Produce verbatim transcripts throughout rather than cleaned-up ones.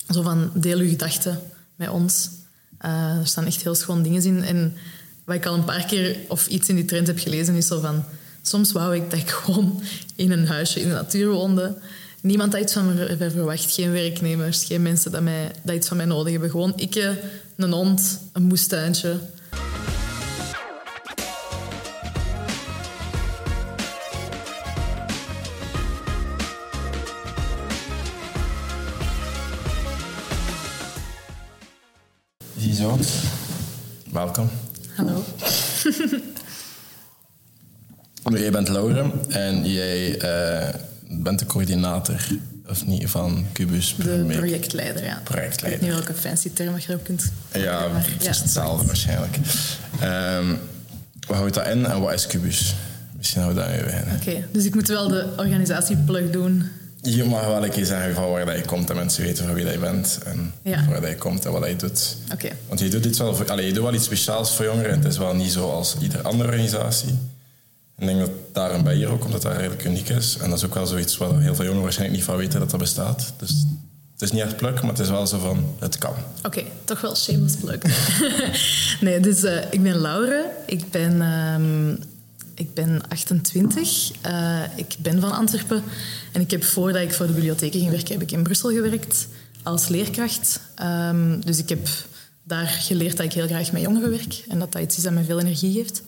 Zo van, deel uw gedachten met ons. Uh, er staan echt heel schoon dingen in. En wat ik al een paar keer of iets in die trend heb gelezen, is zo van... Soms wou ik dat ik gewoon in een huisje in de natuur woonde. Niemand dat iets van me verwacht. Geen werknemers, geen mensen dat, mij, dat iets van mij nodig hebben. Gewoon ik, een hond, een moestuintje. Ziezo, welkom. Hallo. Jij bent Laura en jij uh, bent de coördinator of niet, van Qubus. De projectleider, ja. Projectleider. Ik weet niet welke fancy term je erop kunt Ja, maar, het is ja. hetzelfde waarschijnlijk. Um, wat houdt dat in en wat is Qubus? Misschien houden we daar even beginnen. Oké, okay, dus ik moet wel de organisatieplug doen. Je mag wel een keer zeggen van waar je komt en mensen weten van wie je bent en ja. waar je komt en wat je doet. Okay. Want je doet, iets wel voor, allez, je doet wel iets speciaals voor jongeren en het is wel niet zoals iedere andere organisatie. Ik denk dat daarom bij hier ook, omdat dat eigenlijk uniek is. En dat is ook wel zoiets waar heel veel jongeren waarschijnlijk niet van weten dat dat bestaat. Dus het is niet echt pluk, maar het is wel zo van, het kan. Oké, okay, toch wel shameless plug. nee, dus uh, ik ben Laura. Ik ben... Um, Ik ben achtentwintig. Uh, ik ben van Antwerpen. En ik heb, voordat ik voor de bibliotheken ging werken, heb ik in Brussel gewerkt als leerkracht. Um, dus ik heb daar geleerd dat ik heel graag met jongeren werk. En dat dat iets is dat me veel energie geeft.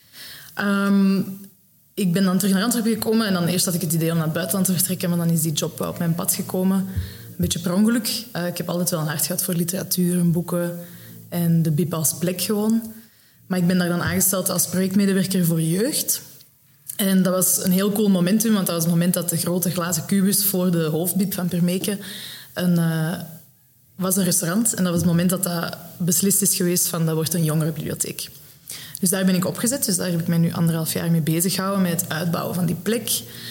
Um, ik ben dan terug naar Antwerpen gekomen. En dan eerst had ik het idee om naar het buitenland te vertrekken. Maar dan is die job op mijn pad gekomen. Een beetje per ongeluk. Uh, ik heb altijd wel een hart gehad voor literatuur en boeken. En de B I P als plek gewoon. Maar ik ben daar dan aangesteld als projectmedewerker voor jeugd. En dat was een heel cool momentum, want dat was het moment dat de grote glazen kubus voor de hoofd-B I P van Permeke een, uh, was een restaurant. En dat was het moment dat dat beslist is geweest van dat wordt een jongerenbibliotheek. Dus daar ben ik opgezet. Dus daar heb ik mij nu anderhalf jaar mee bezig gehouden met het uitbouwen van die plek.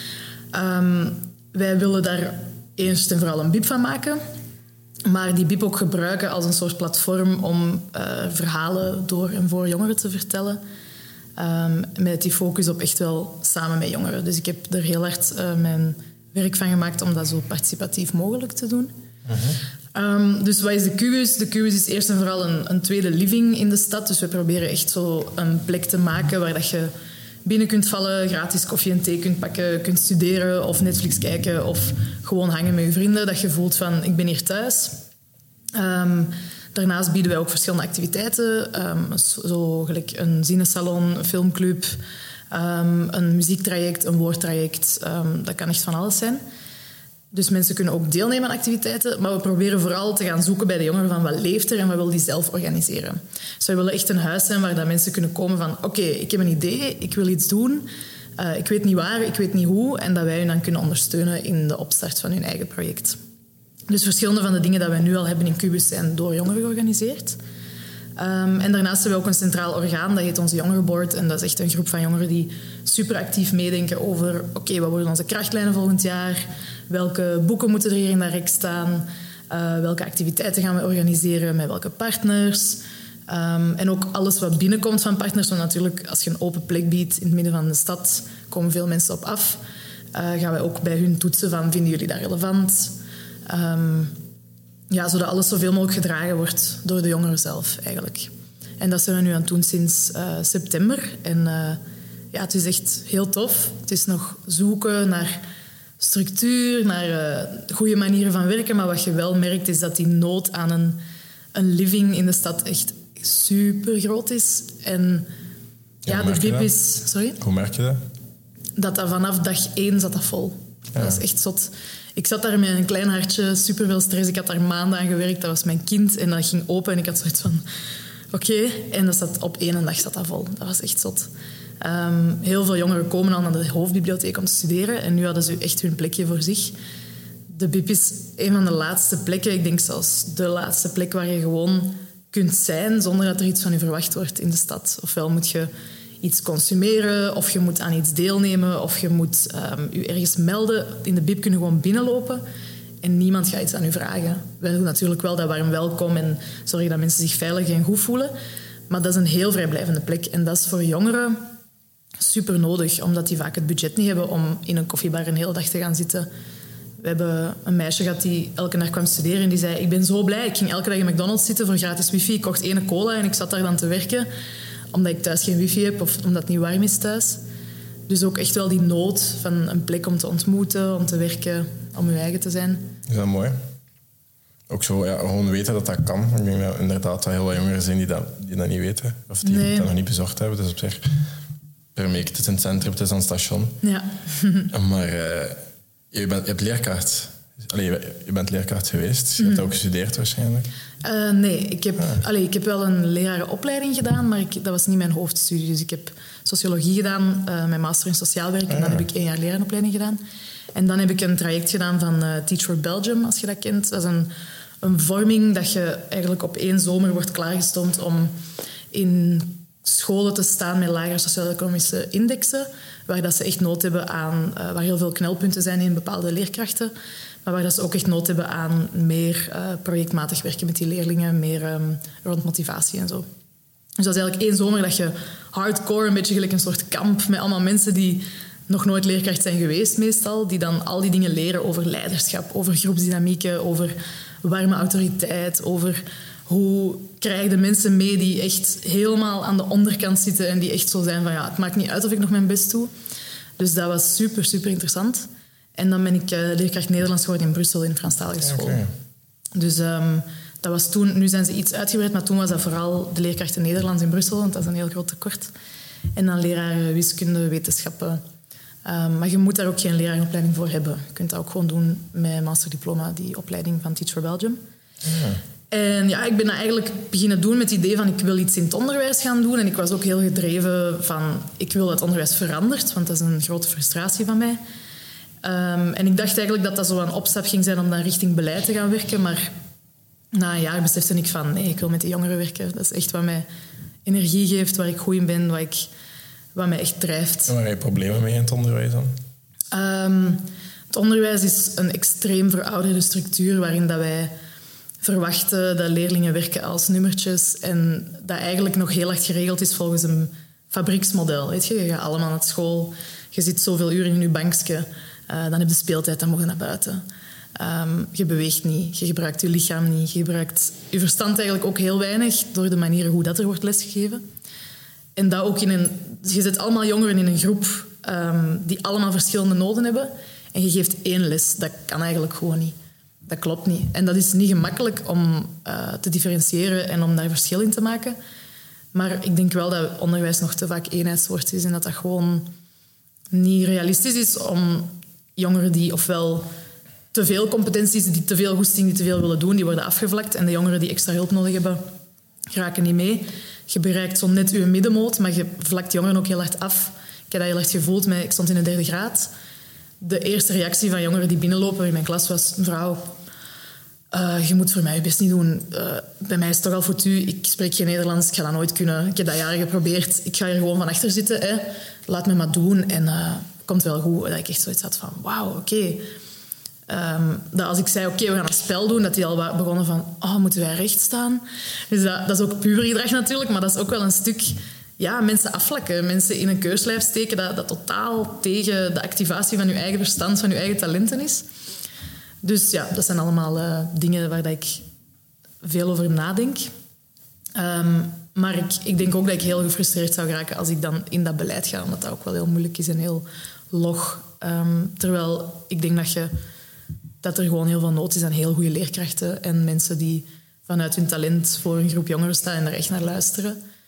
Um, wij willen daar eerst en vooral een B I P van maken. Maar die B I P ook gebruiken als een soort platform om uh, verhalen door en voor jongeren te vertellen. Um, met die focus op echt wel samen met jongeren. Dus ik heb er heel hard uh, mijn werk van gemaakt om dat zo participatief mogelijk te doen. Uh-huh. Um, dus wat is de Qubus? De Qubus is eerst en vooral een, een tweede living in de stad. Dus we proberen echt zo een plek te maken waar dat je binnen kunt vallen, gratis koffie en thee kunt pakken, kunt studeren of Netflix kijken of gewoon hangen met je vrienden. Dat je voelt van, ik ben hier thuis. Um, daarnaast bieden wij ook verschillende activiteiten. Um, zo gelijk een zinnensalon, een filmclub, um, een muziektraject, een woordtraject. Um, dat kan echt van alles zijn. Dus mensen kunnen ook deelnemen aan activiteiten. Maar we proberen vooral te gaan zoeken bij de jongeren van wat leeft er en wat wil die zelf organiseren. Dus wij willen echt een huis zijn waar dat mensen kunnen komen van oké, okay, ik heb een idee, ik wil iets doen. Uh, ik weet niet waar, ik weet niet hoe. En dat wij hen dan kunnen ondersteunen in de opstart van hun eigen project. Dus verschillende van de dingen die wij nu al hebben in Qubus zijn door jongeren georganiseerd. Um, en daarnaast hebben we ook een centraal orgaan, dat heet onze Jongerenboard. En dat is echt een groep van jongeren die super actief meedenken over oké, okay, wat worden onze krachtlijnen volgend jaar? Welke boeken moeten er hier in dat rek staan? Uh, welke activiteiten gaan we organiseren? Met welke partners? Um, en ook alles wat binnenkomt van partners. Want natuurlijk, als je een open plek biedt in het midden van de stad, komen veel mensen op af. Uh, gaan wij ook bij hun toetsen van, vinden jullie dat relevant? Um, ja, zodat alles zoveel mogelijk gedragen wordt door de jongeren zelf, eigenlijk. En dat zijn we nu aan het doen sinds uh, september. En uh, ja, het is echt heel tof. Het is nog zoeken naar structuur, naar uh, goede manieren van werken. Maar wat je wel merkt, is dat die nood aan een, een living in de stad echt super groot is. En ja, ja de B I P is... Sorry? Hoe merk je dat? Dat dat vanaf dag één zat dat vol. Ja. Dat is echt zot. Ik zat daar met een klein hartje, superveel stress. Ik had daar maanden aan gewerkt. Dat was mijn kind. En dat ging open en ik had zoiets van... Oké. Okay. En dat zat op één dag zat dat vol. Dat was echt zot. Um, heel veel jongeren komen al naar de hoofdbibliotheek om te studeren. En nu hadden ze echt hun plekje voor zich. De B I P is een van de laatste plekken. Ik denk zelfs de laatste plek waar je gewoon kunt zijn zonder dat er iets van je verwacht wordt in de stad. Ofwel moet je iets consumeren, of je moet aan iets deelnemen, of je moet um, je ergens melden. In de B I P kun je gewoon binnenlopen en niemand gaat iets aan u vragen. Wij doen natuurlijk wel dat warm welkom en zorgen dat mensen zich veilig en goed voelen. Maar dat is een heel vrijblijvende plek. En dat is voor jongeren super nodig, omdat die vaak het budget niet hebben om in een koffiebar een hele dag te gaan zitten. We hebben een meisje gehad die elke dag kwam studeren en die zei, ik ben zo blij, ik ging elke dag in McDonald's zitten voor gratis wifi. Ik kocht één cola en ik zat daar dan te werken, omdat ik thuis geen wifi heb of omdat het niet warm is thuis. Dus ook echt wel die nood van een plek om te ontmoeten, om te werken, om je eigen te zijn. Is dat mooi? Ook zo, ja, gewoon weten dat dat kan. Ik denk dat inderdaad dat heel wat jongeren zijn die dat, die dat niet weten. Of die nee. dat nog niet bezocht hebben. Dus op zich, per week, het is in het centrum, het is aan het station. Ja. Maar uh, je, bent, je hebt leerkracht. Allee, je bent leerkracht geweest. Je hebt ook gestudeerd waarschijnlijk. Uh, nee, ik heb, ah. allee, ik heb wel een lerarenopleiding gedaan, maar ik, dat was niet mijn hoofdstudie. Dus ik heb sociologie gedaan, uh, mijn master in sociaal werk. En ah. dan heb ik één jaar lerarenopleiding gedaan. En dan heb ik een traject gedaan van uh, Teach for Belgium, als je dat kent. Dat is een, een vorming dat je eigenlijk op één zomer wordt klaargestoomd om in scholen te staan met lagere sociaal-economische indexen, waar dat ze echt nood hebben aan, uh, waar heel veel knelpunten zijn in bepaalde leerkrachten, maar waar dat ze ook echt nood hebben aan meer uh, projectmatig werken met die leerlingen, meer um, rond motivatie en zo. Dus dat is eigenlijk één zomer dat je hardcore, een beetje gelijk een soort kamp met allemaal mensen die nog nooit leerkracht zijn geweest meestal, die dan al die dingen leren over leiderschap, over groepsdynamieken, over warme autoriteit, over hoe krijg je de mensen mee die echt helemaal aan de onderkant zitten en die echt zo zijn van ja, het maakt niet uit of ik nog mijn best doe. Dus dat was super, super interessant. En dan ben ik uh, leerkracht Nederlands geworden in Brussel in een Franstalige school. Okay. Dus um, dat was toen, nu zijn ze iets uitgebreid, maar toen was dat vooral de leerkrachten Nederlands in Brussel, want dat is een heel groot tekort. En dan leraar wiskunde, wetenschappen. Um, maar je moet daar ook geen leraaropleiding voor hebben. Je kunt dat ook gewoon doen met masterdiploma, die opleiding van Teach for Belgium. Ja. En ja, ik ben dat eigenlijk beginnen doen met het idee van ik wil iets in het onderwijs gaan doen. En ik was ook heel gedreven van ik wil dat het onderwijs verandert, want dat is een grote frustratie van mij. Um, en ik dacht eigenlijk dat dat zo een opstap ging zijn om dan richting beleid te gaan werken. Maar na een jaar besefte ik van nee, ik wil met de jongeren werken. Dat is echt wat mij energie geeft, waar ik goed in ben, wat, ik, wat mij echt drijft. En waar heb je problemen mee in het onderwijs dan? Um, het onderwijs is een extreem verouderde structuur waarin dat wij verwachten dat leerlingen werken als nummertjes en dat eigenlijk nog heel hard geregeld is volgens een fabrieksmodel. Weet je? Je gaat allemaal naar school, je zit zoveel uren in je bankje, uh, dan heb je speeltijd, dan mag je naar buiten. Um, je beweegt niet, je gebruikt je lichaam niet, je gebruikt je verstand eigenlijk ook heel weinig door de manieren hoe dat er wordt lesgegeven. En dat ook in een... Je zet allemaal jongeren in een groep um, die allemaal verschillende noden hebben en je geeft één les. Dat kan eigenlijk gewoon niet. Dat klopt niet. En dat is niet gemakkelijk om uh, te differentiëren en om daar verschil in te maken. Maar ik denk wel dat onderwijs nog te vaak eenheidsworst is en dat dat gewoon niet realistisch is om jongeren die ofwel te veel competenties, die te veel goesting, die te veel willen doen, die worden afgevlakt. En de jongeren die extra hulp nodig hebben, geraken niet mee. Je bereikt zo net je middenmoot, maar je vlakt jongeren ook heel hard af. Ik heb dat heel erg gevoeld. Met, ik stond in de derde graad. De eerste reactie van jongeren die binnenlopen in mijn klas was: mevrouw, uh, je moet voor mij je best niet doen. Uh, bij mij is het toch al foutu. Ik spreek geen Nederlands, ik ga dat nooit kunnen. Ik heb dat jaren geprobeerd. Ik ga hier gewoon van achter zitten. Hè. Laat me maar doen en uh, het komt wel goed. Dat ik echt zoiets had van: wauw, oké. Okay. Um, dat als ik zei, oké, okay, we gaan een spel doen, dat die al begonnen van, oh, moeten wij recht staan? Dus dat, dat is ook pubergedrag natuurlijk, maar dat is ook wel een stuk, ja, mensen afvlakken, mensen in een keurslijf steken, dat, dat totaal tegen de activatie van je eigen verstand, van je eigen talenten is. Dus ja, dat zijn allemaal uh, dingen waar dat ik veel over nadenk. Um, maar ik, ik denk ook dat ik heel gefrustreerd zou geraken als ik dan in dat beleid ga, omdat dat ook wel heel moeilijk is en heel log. Um, terwijl ik denk dat je... dat er gewoon heel veel nood is aan heel goede leerkrachten en mensen die vanuit hun talent voor een groep jongeren staan en daar echt naar luisteren.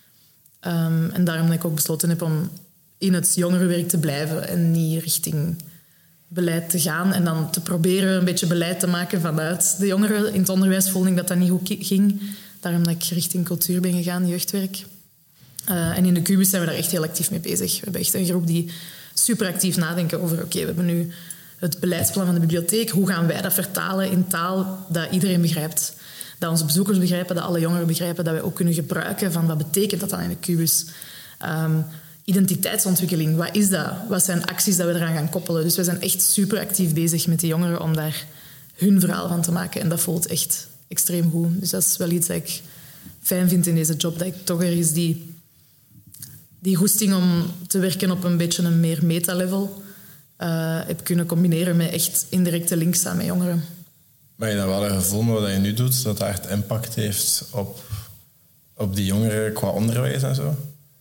Um, en daarom dat ik ook besloten heb om in het jongerenwerk te blijven en niet richting beleid te gaan en dan te proberen een beetje beleid te maken vanuit de jongeren. In het onderwijs voelde ik dat dat niet goed ging. Daarom dat ik richting cultuur ben gegaan, jeugdwerk. Uh, en in de Cubus zijn we daar echt heel actief mee bezig. We hebben echt een groep die super actief nadenken over oké, okay, we hebben nu het beleidsplan van de bibliotheek. Hoe gaan wij dat vertalen in taal dat iedereen begrijpt? Dat onze bezoekers begrijpen, dat alle jongeren begrijpen, dat wij ook kunnen gebruiken van wat betekent dat dan in de Cubus? Um, identiteitsontwikkeling, wat is dat? Wat zijn acties dat we eraan gaan koppelen? Dus we zijn echt super actief bezig met de jongeren om daar hun verhaal van te maken. En dat voelt echt extreem goed. Dus dat is wel iets dat ik fijn vind in deze job. Dat ik toch ergens die, die goesting om te werken op een beetje een meer meta-level uh, heb kunnen combineren met echt indirecte links staan met jongeren. Maar je dan wel een gevoel met wat je nu doet, dat dat echt impact heeft op, op die jongeren qua onderwijs en zo?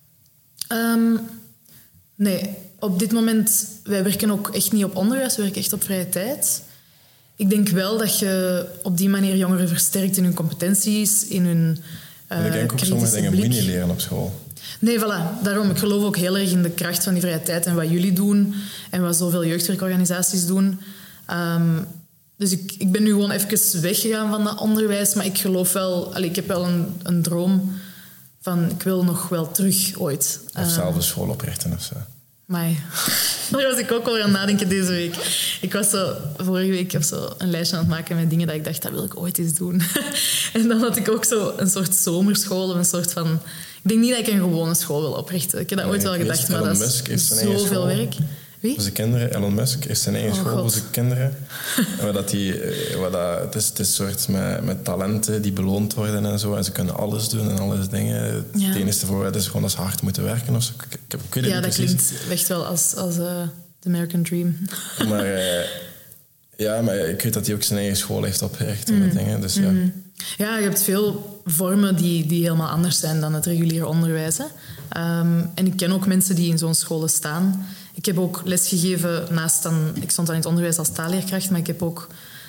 Um, nee, op dit moment... Wij werken ook echt niet op onderwijs, we werken echt op vrije tijd. Ik denk wel dat je op die manier jongeren versterkt in hun competenties, in hun uh, ik denk ook sommige dingen moet je niet leren op school. Nee, voilà. Daarom, ik geloof ook heel erg in de kracht van die vrije tijd en wat jullie doen en wat zoveel jeugdwerkorganisaties doen. Um, dus ik, ik ben nu gewoon even weggegaan van dat onderwijs, maar ik geloof wel... Allez, ik heb wel een, een droom van ik wil nog wel terug ooit. Of zelf een school oprichten of zo. Maar daar was ik ook al aan nadenken deze week. Ik was zo vorige week of zo een lijstje aan het maken met dingen dat ik dacht, dat wil ik ooit eens doen. En dan had ik ook zo een soort zomerschool of een soort van... Ik denk niet dat ik een gewone school wil oprichten. Ik heb dat nee, ooit wel gedacht, maar Elon dat Musk is zoveel werk. Wie? Voor zijn kinderen. Elon Musk is zijn eigen oh, school God. voor zijn kinderen. En dat die, wat dat, het is het is een soort met, met talenten die beloond worden en zo. En ze kunnen alles doen en alles dingen. Ja. Het enige voorwaarde is gewoon dat ze hard moeten werken. Of zo. Ik, ik, ik weet het ja, niet dat precies. klinkt echt wel als, als uh, the American Dream. Maar, uh, ja, maar ik weet dat hij ook zijn eigen school heeft opgericht en mm. dat dingen. Dus, ja. Mm. ja, je hebt veel vormen die, die helemaal anders zijn dan het reguliere onderwijs. Hè. Um, en ik ken ook mensen die in zo'n scholen staan. Ik heb ook lesgegeven naast dan... Ik stond dan in het onderwijs als taalleerkracht, maar ik heb ook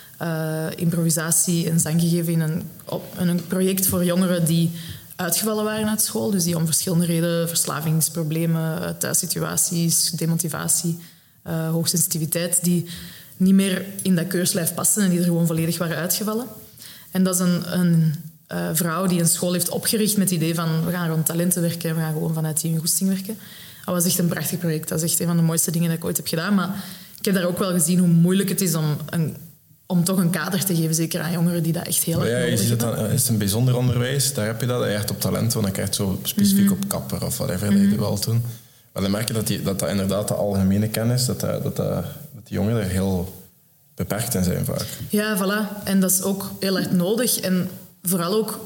uh, improvisatie en zang gegeven in een, op, in een project voor jongeren die uitgevallen waren uit school. Dus die om verschillende redenen, verslavingsproblemen, thuissituaties, demotivatie, uh, hoogsensitiviteit, die niet meer in dat keurslijf passen en die er gewoon volledig waren uitgevallen. En dat is een, een uh, vrouw die een school heeft opgericht met het idee van we gaan rond talenten werken en we gaan gewoon vanuit die goesting werken. Dat was echt een prachtig project. Dat is echt een van de mooiste dingen dat ik ooit heb gedaan. Maar ik heb daar ook wel gezien hoe moeilijk het is om, een, om toch een kader te geven, zeker aan jongeren die dat echt heel erg ja, nodig je ziet het hebben. dan, is het een bijzonder onderwijs, daar heb je dat, echt op talent, want dan krijg je het zo specifiek mm-hmm. op kapper of whatever mm-hmm. dat je wel doen. Maar dan merk je dat die, dat, dat inderdaad de algemene kennis, dat, dat, dat, dat die jongeren er heel beperkt in zijn vaak. Ja, voilà. En dat is ook heel erg nodig. En vooral ook,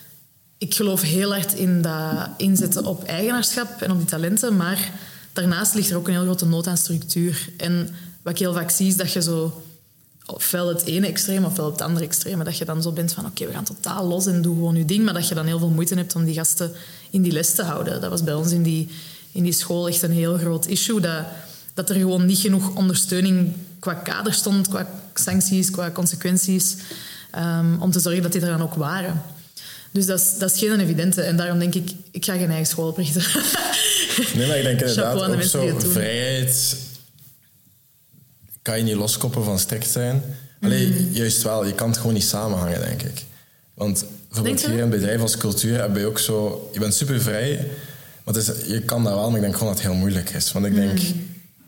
ik geloof heel hard in dat inzetten op eigenaarschap en op die talenten, maar daarnaast ligt er ook een heel grote nood aan structuur. En wat ik heel vaak zie, is dat je zo ofwel het ene extreem ofwel het andere extreme, dat je dan zo bent van oké, okay, we gaan totaal los en doe gewoon je ding, maar dat je dan heel veel moeite hebt om die gasten in die les te houden. Dat was bij ons in die, in die school echt een heel groot issue, dat, dat er gewoon niet genoeg ondersteuning qua kader stond, qua sancties, qua consequenties, um, om te zorgen dat die er dan ook waren. Dus dat is, dat is geen evidente. En daarom denk ik, ik ga geen eigen school oprichten. Nee, maar ik denk inderdaad ook zo, vrijheid kan je niet loskoppelen van strikt zijn. Allee, mm. juist wel, je kan het gewoon niet samenhangen, denk ik. Want bijvoorbeeld hier in een bedrijf als cultuur heb je ook zo... Je bent super vrij, maar het is, je kan dat wel, maar ik denk gewoon dat het heel moeilijk is. Want ik denk... Mm.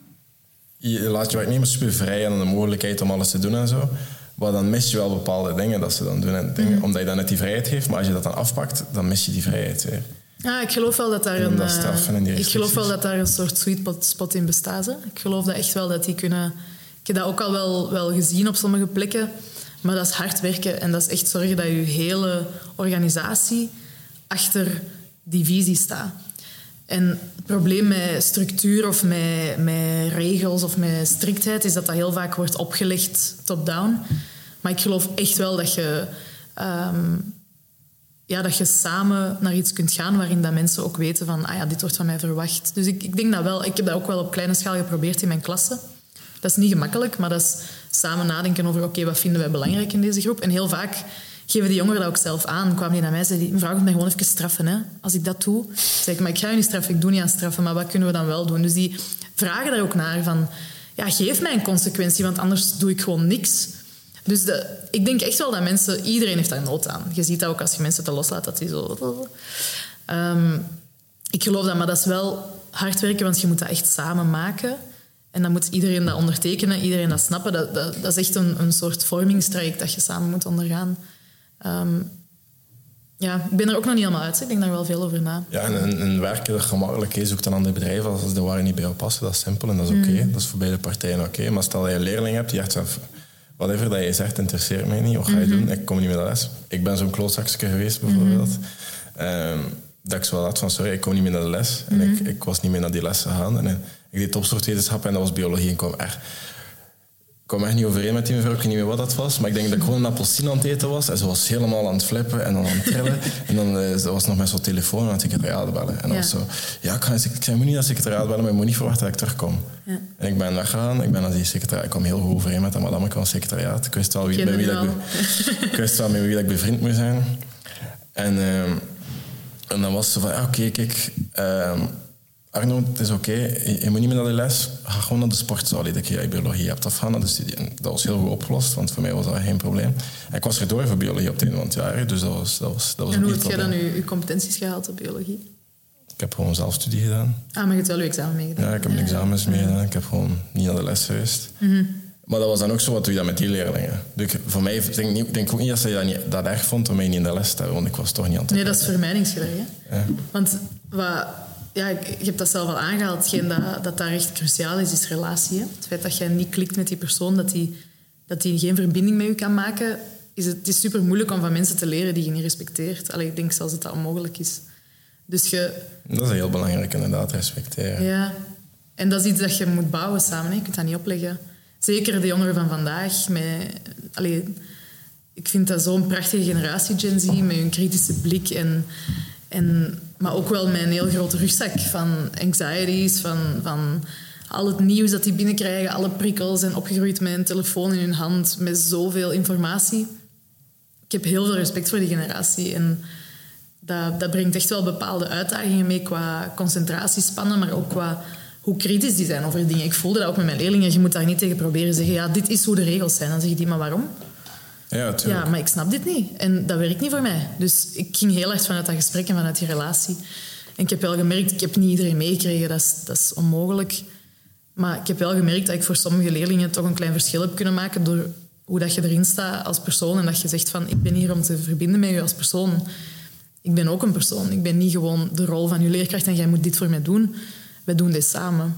Je laat je werknemers super vrij en de mogelijkheid om alles te doen en zo. Maar dan mis je wel bepaalde dingen dat ze dan doen. En dingen, mm. Omdat je dan net die vrijheid geeft, maar als je dat dan afpakt, dan mis je die vrijheid weer. Ja, ik geloof wel dat daar een, uh, ik geloof wel dat daar een soort sweet spot in bestaat. Hè. Ik geloof dat echt wel dat die kunnen... Ik heb dat ook al wel, wel gezien op sommige plekken. Maar dat is hard werken en dat is echt zorgen dat je hele organisatie achter die visie staat. En het probleem met structuur of met, met regels of met striktheid is dat dat heel vaak wordt opgelegd top-down. Maar ik geloof echt wel dat je... Um, Ja, dat je samen naar iets kunt gaan waarin dat mensen ook weten van ah ja, dit wordt van mij verwacht. Dus ik, ik denk dat wel. Ik heb dat ook wel op kleine schaal geprobeerd in mijn klasse. Dat is niet gemakkelijk, maar dat is samen nadenken over oké, okay, wat vinden wij belangrijk in deze groep. En heel vaak geven die jongeren dat ook zelf aan. Kwamen die naar mij en zeiden, mevrouw, kunt mij gewoon even straffen. Hè? Als ik dat doe, zeg ik, maar ik ga je niet straffen, ik doe niet aan straffen, maar wat kunnen we dan wel doen? Dus die vragen daar ook naar van, ja, geef mij een consequentie, want anders doe ik gewoon niks. Dus de, ik denk echt wel dat mensen... Iedereen heeft daar nood aan. Je ziet dat ook als je mensen te loslaat, dat die zo... Um, ik geloof dat, maar dat is wel hard werken, want je moet dat echt samen maken. En dan moet iedereen dat ondertekenen, iedereen dat snappen. Dat, dat, dat is echt een, een soort vormingstraject dat je samen moet ondergaan. Um, ja, ik ben er ook nog niet helemaal uit. Ik denk daar wel veel over na. Ja, en, en werken dat gemakkelijk is, zoekt een ander bedrijf als de waar niet bij jou passen. Dat is simpel en dat is oké. Okay. Mm. Dat is voor beide partijen oké. Okay. Maar stel dat je een leerling hebt die echt zegt... Whatever dat je zegt, interesseert mij niet. Wat ga je mm-hmm. doen? Ik kom niet meer naar les. Ik ben zo'n klootzakje geweest, bijvoorbeeld. Mm-hmm. Um, dat ik zo had van, sorry, ik kom niet meer naar de les. Mm-hmm. En ik, ik was niet meer naar die les gegaan. En Ik deed topsportwetenschappen en dat was biologie. En ik kwam echt, ik kwam echt niet overeen met die mevrouw. Ik weet niet meer wat dat was. Maar ik denk dat ik gewoon een appelsien aan het eten was. En ze was helemaal aan het flippen en dan aan het trillen. En dan uh, ze was nog met zo'n telefoon aan het secretariaat bellen. En dan ja. was zo... Ja, ik, ga, ik zei, moet niet naar het secretariaat bellen, maar je moet niet verwachten dat ik terugkom. Ja. En ik ben weggegaan. Ik ben naar die secretariaat. Ik kwam heel goed overeen met dat madame van het secretariaat. Ik wist wel wie, bij wie, dat ik, be, ik wist wel met wie dat ik bevriend moet zijn. En, uh, en dan was ze van... Ja, oké, okay, kijk... Uh, Arno, het is oké. Okay. Je, je moet niet meer naar de les. Ga gewoon naar de sportzaal die je biologie hebt afgaan naar de studie. En dat was heel goed opgelost, want voor mij was dat geen probleem. En ik was er door voor biologie op het einde van het jaar. Dus dat was, dat was, dat was en hoe heb je dan je, je competenties gehaald op biologie? Ik heb gewoon zelfstudie gedaan. Ah, maar je hebt wel je examen meegedaan. Ja, ik heb mijn examens ja. meegedaan. Ik heb gewoon niet naar de les geweest. Mm-hmm. Maar dat was dan ook zo, wat doe je dan met die leerlingen? Dus voor mij, ik denk, ik denk ook niet dat ze dat, niet, dat erg vond om mij niet in de les te hebben, want ik was toch niet aan het Nee, dat is vermijdingsgedrag, hè? Ja. Want wat... Ja, je hebt dat zelf al aangehaald. Hetgeen dat, dat daar echt cruciaal is, is relatie. Hè? Het feit dat jij niet klikt met die persoon, dat die, dat die geen verbinding met je kan maken, is het, het is super moeilijk om van mensen te leren die je niet respecteert. Allee, ik denk zelfs dat dat onmogelijk is. Dus je... Dat is heel belangrijk, inderdaad, respecteren. Ja, en dat is iets dat je moet bouwen samen. Hè? Je kunt dat niet opleggen. Zeker de jongeren van vandaag. Met, allee, ik vind dat zo'n prachtige generatie, Gen Z, met hun kritische blik en... en maar ook wel met een heel grote rugzak van anxieties, van, van al het nieuws dat die binnenkrijgen, alle prikkels en opgegroeid met een telefoon in hun hand, met zoveel informatie. Ik heb heel veel respect voor die generatie. En dat, dat brengt echt wel bepaalde uitdagingen mee qua concentratiespannen, maar ook qua hoe kritisch die zijn over dingen. Ik voelde dat ook met mijn leerlingen. Je moet daar niet tegen proberen zeggen, ja, dit is hoe de regels zijn. Dan zeg je die, maar waarom? Ja, ja, maar ik snap dit niet. En dat werkt niet voor mij. Dus ik ging heel hard vanuit dat gesprek en vanuit die relatie. En ik heb wel gemerkt, ik heb niet iedereen meegekregen, dat is, dat is onmogelijk. Maar ik heb wel gemerkt dat ik voor sommige leerlingen toch een klein verschil heb kunnen maken door hoe dat je erin staat als persoon en dat je zegt van, ik ben hier om te verbinden met je als persoon. Ik ben ook een persoon. Ik ben niet gewoon de rol van je leerkracht en jij moet dit voor mij doen. Wij doen dit samen.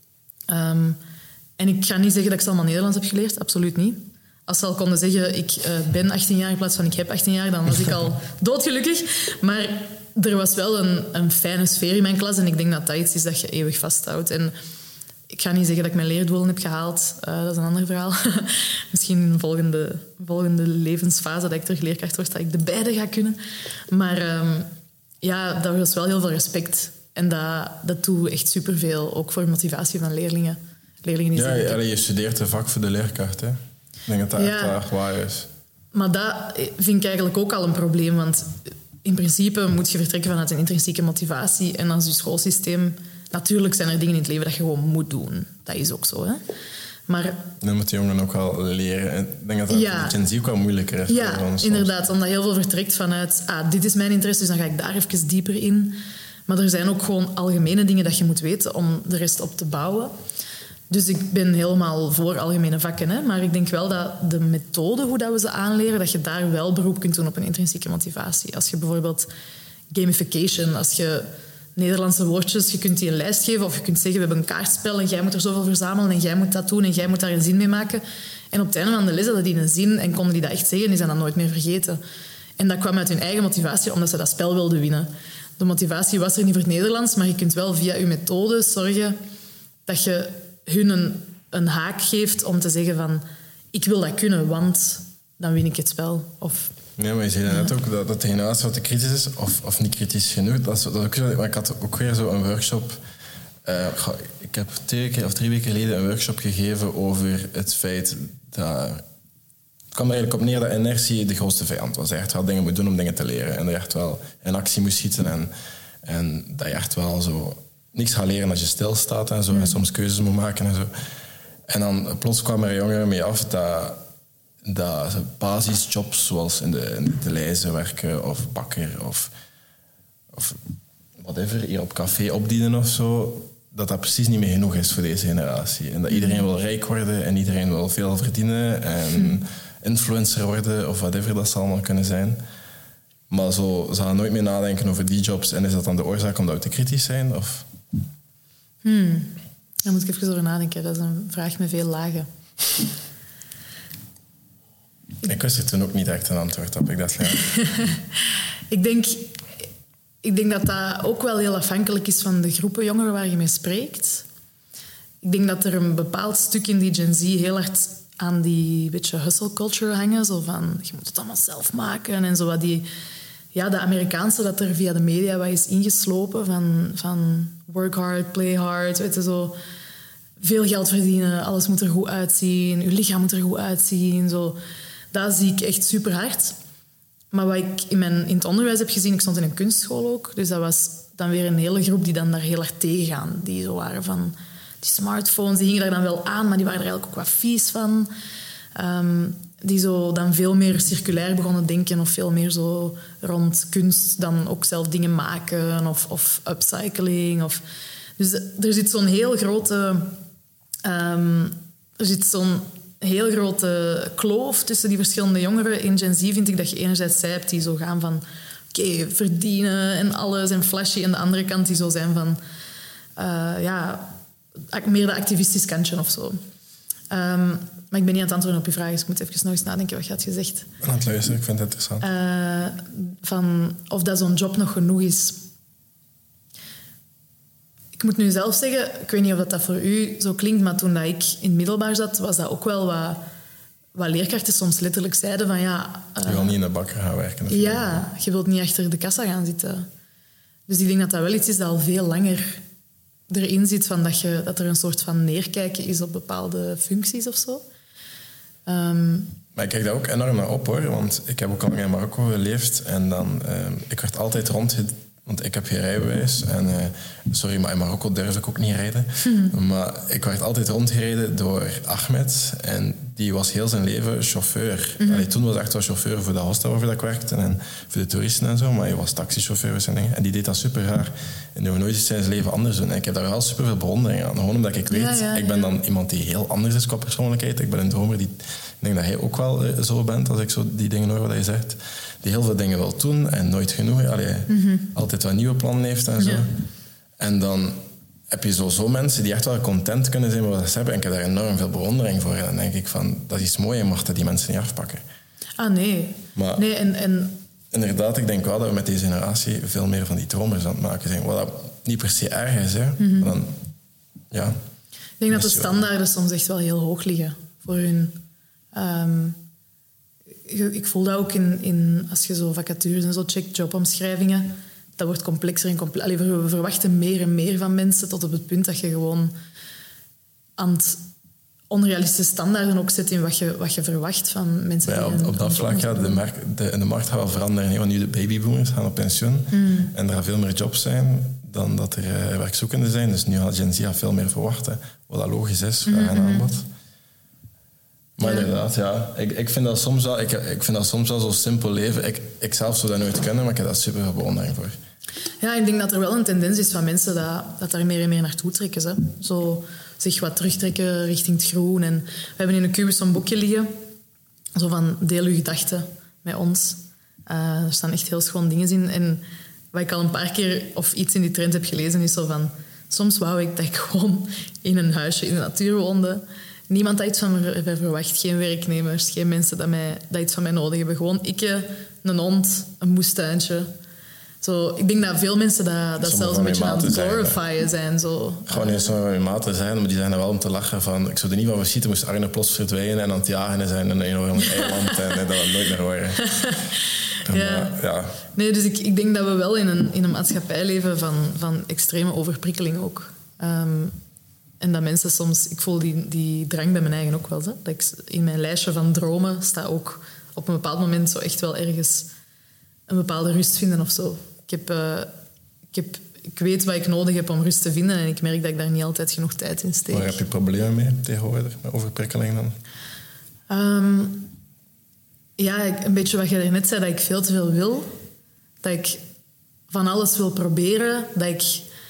Um, en ik ga niet zeggen dat ik allemaal Nederlands heb geleerd, absoluut niet. Als ze al konden zeggen, ik uh, ben achttien jaar in plaats van ik heb achttien jaar, dan was ik al doodgelukkig. Maar er was wel een, een fijne sfeer in mijn klas en ik denk dat dat iets is dat je eeuwig vasthoudt. En ik ga niet zeggen dat ik mijn leerdoelen heb gehaald. Uh, dat is een ander verhaal. Misschien in de volgende, volgende levensfase dat ik terug leerkracht word, dat ik de beide ga kunnen. Maar um, ja, dat was wel heel veel respect. En dat, dat doet echt superveel, ook voor motivatie van leerlingen. leerlingen die ja, ja, je studeert een vak voor de leerkracht, hè? Ik denk dat dat ja, echt waar is. Maar dat vind ik eigenlijk ook al een probleem. Want in principe moet je vertrekken vanuit een intrinsieke motivatie. En als je schoolsysteem... Natuurlijk zijn er dingen in het leven dat je gewoon moet doen. Dat is ook zo, hè. Maar... Dan moeten jongeren ook wel leren. Ik denk dat dat ja, Gen Z ook wel moeilijker is. Ja, inderdaad. Omdat heel veel vertrekt vanuit... Ah, dit is mijn interesse, dus dan ga ik daar even dieper in. Maar er zijn ook gewoon algemene dingen dat je moet weten om de rest op te bouwen. Dus ik ben helemaal voor algemene vakken. Hè? Maar ik denk wel dat de methode, hoe dat we ze aanleren, dat je daar wel beroep kunt doen op een intrinsieke motivatie. Als je bijvoorbeeld gamification, als je Nederlandse woordjes, je kunt die een lijst geven of je kunt zeggen, we hebben een kaartspel en jij moet er zoveel verzamelen en jij moet dat doen en jij moet daar een zin mee maken. En op het einde van de les hadden die een zin en konden die dat echt zeggen en die zijn dat nooit meer vergeten. En dat kwam uit hun eigen motivatie, omdat ze dat spel wilden winnen. De motivatie was er niet voor het Nederlands, maar je kunt wel via je methode zorgen dat je hun een, een haak geeft om te zeggen van, ik wil dat kunnen, want dan win ik het spel. Of... Ja, maar je zei net ook dat, dat de generatie wat te kritisch is, of, of niet kritisch genoeg. Dat is, dat is ook zo, maar ik had ook weer zo een workshop. Uh, ik heb twee keer of drie weken geleden een workshop gegeven over het feit dat... Het kwam er eigenlijk op neer dat inertie de grootste vijand was. Dat je echt wel dingen moet doen om dingen te leren. En dat je echt wel in actie moest schieten. En, en dat je echt wel zo niks gaat leren als je stilstaat en zo. Mm. En soms keuzes moet maken en zo. En dan plots kwamen er jongeren mee af dat... dat basisjobs zoals in de, in de lijzen werken of bakker of, of whatever, hier op café opdienen of zo, dat dat precies niet meer genoeg is voor deze generatie. En dat iedereen wil rijk worden en iedereen wil veel verdienen en influencer worden of whatever dat zal allemaal kunnen zijn. Maar zo, ze gaan nooit meer nadenken over die jobs. En is dat dan de oorzaak omdat we te kritisch zijn? Of? Hmm. Daar moet ik even over nadenken. Dat is een vraag met veel lagen. Ik wist er toen ook niet echt een antwoord op. Ik dacht, ja. ik, denk, ik denk dat dat ook wel heel afhankelijk is van de groepen jongeren waar je mee spreekt. ik denk dat er een bepaald stuk in die Gen Z heel hard aan die beetje hustle culture hangen. Zo van, je moet het allemaal zelf maken. En zo wat die... Ja, de Amerikaanse dat er via de media wat is ingeslopen. Van, van work hard, play hard. Weet je, zo... Veel geld verdienen, alles moet er goed uitzien. Je lichaam moet er goed uitzien. Zo. Dat zie ik echt super hard. Maar wat ik in, mijn, in het onderwijs heb gezien... Ik stond in een kunstschool ook. Dus dat was dan weer een hele groep die dan daar heel hard tegen gaan. Die zo waren van... Die smartphones, die hingen daar dan wel aan... maar die waren er eigenlijk ook wat vies van. Um, die zo dan veel meer circulair begonnen denken... of veel meer zo rond kunst... dan ook zelf dingen maken of, of upcycling. Of... Dus er zit zo'n heel grote... Um, er zit zo'n heel grote kloof tussen die verschillende jongeren. In Gen Z vind ik dat je enerzijds zij hebt die zo gaan van... Oké, okay, verdienen en alles en flashy. En de andere kant die zo zijn van... Uh, ja, meer de activistisch kantje of zo. Um, maar ik ben niet aan het antwoorden op je vraag, dus ik moet even nog eens nadenken wat je had gezegd. Ik ben aan het luisteren, ik vind het interessant. Uh, van of dat zo'n job nog genoeg is... Ik moet nu zelf zeggen, ik weet niet of dat, dat voor u zo klinkt, maar toen dat ik in het middelbaar zat, was dat ook wel wat, wat leerkrachten soms letterlijk zeiden van ja... Uh, je wil niet in de bakker gaan werken. Of ja, je wilt niet achter de kassa gaan zitten. Dus ik denk dat dat wel iets is dat al veel langer erin zit, van dat, je, dat er een soort van neerkijken is op bepaalde functies of zo. Um, maar ik kijk daar ook enorm naar op, hoor, want ik heb ook al in Marokko geleefd en dan, uh, ik werd altijd rond... Want ik heb geen rijbewijs. En, uh, sorry, maar in Marokko durf ik ook niet rijden. Mm. Maar ik werd altijd rondgereden door Ahmed. En die was heel zijn leven chauffeur. Mm-hmm. Allee, toen was hij echt wel chauffeur voor de hostel waar ik werkte. En voor de toeristen en zo. Maar hij was taxichauffeur en dingen. En die deed dat super raar. En die wil nooit iets in zijn leven anders doen. En ik heb daar wel super veel bewondering aan. Gewoon omdat ik weet, ja, ja, ja. ik ben dan iemand die heel anders is qua persoonlijkheid. Ik ben een dromer die... Ik denk dat jij ook wel uh, zo bent, als ik zo die dingen hoor wat hij zegt. Die heel veel dingen wil doen en nooit genoeg. Allee, mm-hmm. altijd wat nieuwe plannen heeft en zo. Ja. En dan heb je zo, zo mensen die echt wel content kunnen zijn met wat ze hebben. En ik heb daar enorm veel bewondering voor. En dan denk ik van, dat is mooi, je mag dat die mensen niet afpakken. Ah, nee. Maar nee en, en... inderdaad, ik denk wel dat we met deze generatie veel meer van die dromers aan het maken zijn. Wat niet per se erg is, hè. Mm-hmm. Maar dan, ja... Ik denk dat de standaarden soms echt wel heel hoog liggen voor hun... Um, ik voel dat ook in, in als je zo vacatures en zo checkt, jobomschrijvingen. Dat wordt complexer en complexer. Allee, we verwachten meer en meer van mensen tot op het punt dat je gewoon aan het onrealistische standaarden ook zet in wat je, wat je verwacht van mensen. Ja, die op, een, op dat vlak gaat de, markt, de, de markt gaat wel veranderen. Nee, want nu de babyboomers gaan op pensioen mm. en er gaan veel meer jobs zijn dan dat er uh, werkzoekenden zijn. Dus nu gaat Gen Z veel meer verwachten, wat dat logisch is, vraag mm-hmm. en aanbod. Maar ja. inderdaad, ja. Ik, ik, vind dat soms wel, ik, ik vind dat soms wel zo simpel leven. Ik, ik zelf zou dat nooit kunnen, maar ik heb daar super veel bewondering voor. Ja, ik denk dat er wel een tendens is van mensen dat, dat daar meer en meer naartoe trekken. Hè. Zo zich wat terugtrekken richting het groen. En we hebben in een kubus zo'n boekje liggen. Zo van, deel uw gedachten met ons. Uh, er staan echt heel schoon dingen in. En wat ik al een paar keer of iets in die trend heb gelezen, is zo van... Soms wou ik dat ik gewoon in een huisje in de natuur woonde... Niemand dat iets van me verwacht. Geen werknemers, geen mensen dat, mij, dat iets van mij nodig hebben. Gewoon ik, een hond, een moestuintje. Zo, ik denk dat veel mensen dat, dat zelfs een beetje aan het glorifyen zijn. Zo. Gewoon niet sommige van mijn maten zijn, maar die zijn er wel om te lachen van... Ik zou er niet van verschieten, moest Arne plots verdwijnen en aan het jagen zijn in een enorm eiland. En dat we nooit meer horen. Ja. Maar, ja. Nee, dus ik, ik denk dat we wel in een, in een maatschappij leven van, van extreme overprikkeling ook. Um, En dat mensen soms... Ik voel die, die drang bij mijn eigen ook wel. Hè? Dat ik in mijn lijstje van dromen staat ook op een bepaald moment zo echt wel ergens een bepaalde rust vinden of zo. Ik, heb, uh, ik, heb, ik weet wat ik nodig heb om rust te vinden en ik merk dat ik daar niet altijd genoeg tijd in steek. Waar heb je problemen mee tegenwoordig, met overprikkeling dan? Um, ja, een beetje wat je net zei, dat ik veel te veel wil. Dat ik van alles wil proberen. Dat ik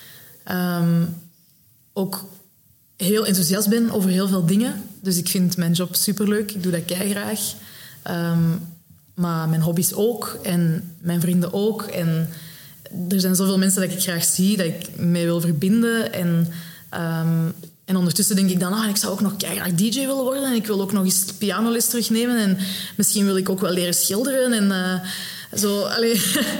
um, ook... heel enthousiast ben over heel veel dingen. Dus ik vind mijn job superleuk. Ik doe dat keigraag. Um, maar mijn hobby's ook. En mijn vrienden ook. En er zijn zoveel mensen dat ik graag zie, dat ik mee wil verbinden. En, um, en ondertussen denk ik dan, ah, ik zou ook nog keigraag D J willen worden. En ik wil ook nog eens pianoles terugnemen. En misschien wil ik ook wel leren schilderen. En uh, Zo, allee.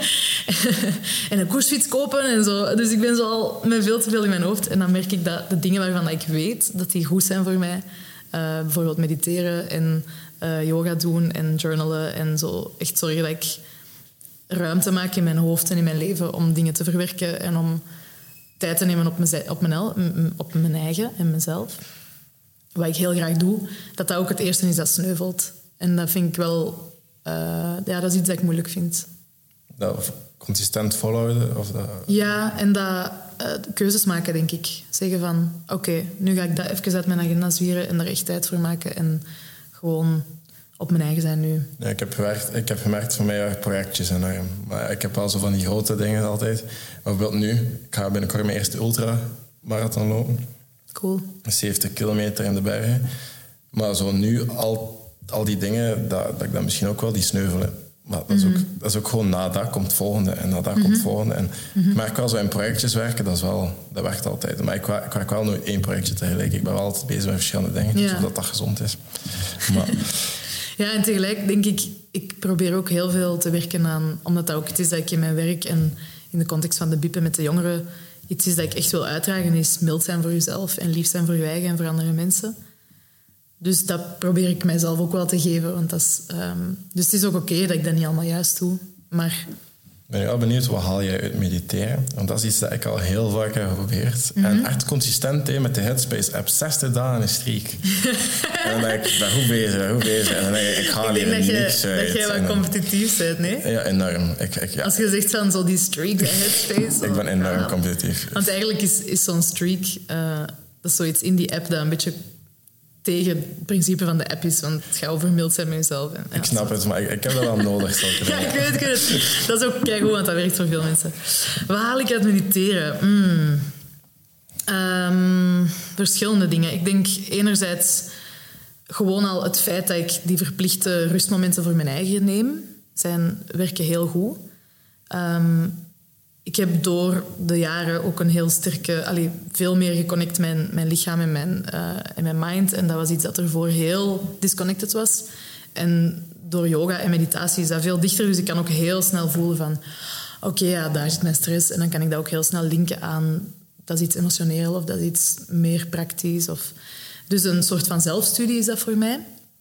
En een koersfiets kopen en zo. Dus ik ben zo al met veel te veel in mijn hoofd. En dan merk ik dat de dingen waarvan ik weet dat die goed zijn voor mij... Uh, bijvoorbeeld mediteren en uh, yoga doen en journalen en zo. Echt zorgen dat ik ruimte maak in mijn hoofd en in mijn leven om dingen te verwerken en om tijd te nemen op mijn, op mijn, op mijn eigen en mezelf. Wat ik heel graag doe, dat dat ook het eerste is dat sneuvelt. En dat vind ik wel... Uh, ja, dat is iets dat ik moeilijk vind. Dat consistent volhouden? Of dat... Ja, en dat uh, keuzes maken, denk ik. Zeggen van, oké, okay, nu ga ik dat even uit mijn agenda zwieren en er echt tijd voor maken en gewoon op mijn eigen zijn nu. Ja, ik, heb gewerkt, ik heb gemerkt voor mij projectjes enorm. Maar ik heb wel zo van die grote dingen altijd. Bijvoorbeeld nu, ik ga binnenkort mijn eerste ultramarathon lopen. Cool. zeventig kilometer in de bergen. Maar zo nu, al, al die dingen, dat, dat ik dan misschien ook wel die sneuvelen. Maar dat is, ook, dat is ook gewoon na dat komt het volgende en na dat mm-hmm. komt het volgende. En mm-hmm. ik merk wel zo in projectjes werken, dat, is wel, dat werkt altijd. Maar ik, ik werk wel nooit één projectje tegelijk. Ik ben wel altijd bezig met verschillende dingen, ja. Zodat dat gezond is. Maar... Ja, en tegelijk denk ik, ik probeer ook heel veel te werken aan... Omdat dat ook het is dat ik in mijn werk en in de context van de B I P en met de jongeren... Iets is dat ik echt wil uitdragen, is mild zijn voor jezelf en lief zijn voor je eigen en voor andere mensen. Dus dat probeer ik mijzelf ook wel te geven. Want dat is, um, dus het is ook oké okay dat ik dat niet allemaal juist doe. Maar... Ik ben wel benieuwd, wat haal jij uit mediteren? Want dat is iets dat ik al heel vaak heb geprobeerd. Mm-hmm. En echt consistent he, met de Headspace-app. zestig dagen een streak. En dan denk ik, ik ben goed bezig, ben goed bezig. En dan denk ik, ik haal hier niks je, uit. Dat jij wat competitief bent, nee? Ja, enorm. Ik, ik, ja. Als je zegt van zo die streak bij Headspace... Ik ben enorm ja. competitief. Want eigenlijk is, is zo'n streak... Uh, dat is zoiets in die app dat een beetje... tegen het principe van de app is, want het gaat over mild zijn met jezelf. En, ja, ik snap zo. het, maar ik, ik heb dat wel nodig. Ja, ik weet het, ik weet het. Dat is ook keigoed, want dat werkt voor veel mensen. Wat haal ik uit mediteren? Mm. Um, verschillende dingen. Ik denk enerzijds gewoon al het feit dat ik die verplichte rustmomenten voor mijn eigen neem, zijn, werken heel goed. Um, Ik heb door de jaren ook een heel sterke... Allee, veel meer geconnect met mijn, mijn lichaam en mijn, uh, en mijn mind. En dat was iets dat ervoor heel disconnected was. En door yoga en meditatie is dat veel dichter. Dus ik kan ook heel snel voelen van... Oké, okay, ja, daar zit mijn stress. En dan kan ik dat ook heel snel linken aan... Dat is iets emotioneel of dat is iets meer praktisch. Of... Dus een soort van zelfstudie is dat voor mij.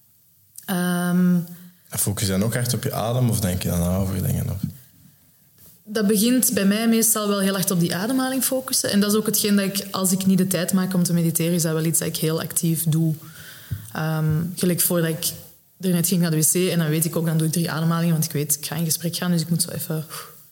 Um, Focus je dan ook echt op je adem? Of denk je dan na over dingen? Of? Dat begint bij mij meestal wel heel erg op die ademhaling focussen. En dat is ook hetgeen dat ik, als ik niet de tijd maak om te mediteren, is dat wel iets dat ik heel actief doe. Um, gelijk voordat ik er net ging naar de wc en dan weet ik ook, dan doe ik drie ademhalingen, want ik weet, ik ga in gesprek gaan, dus ik moet zo even...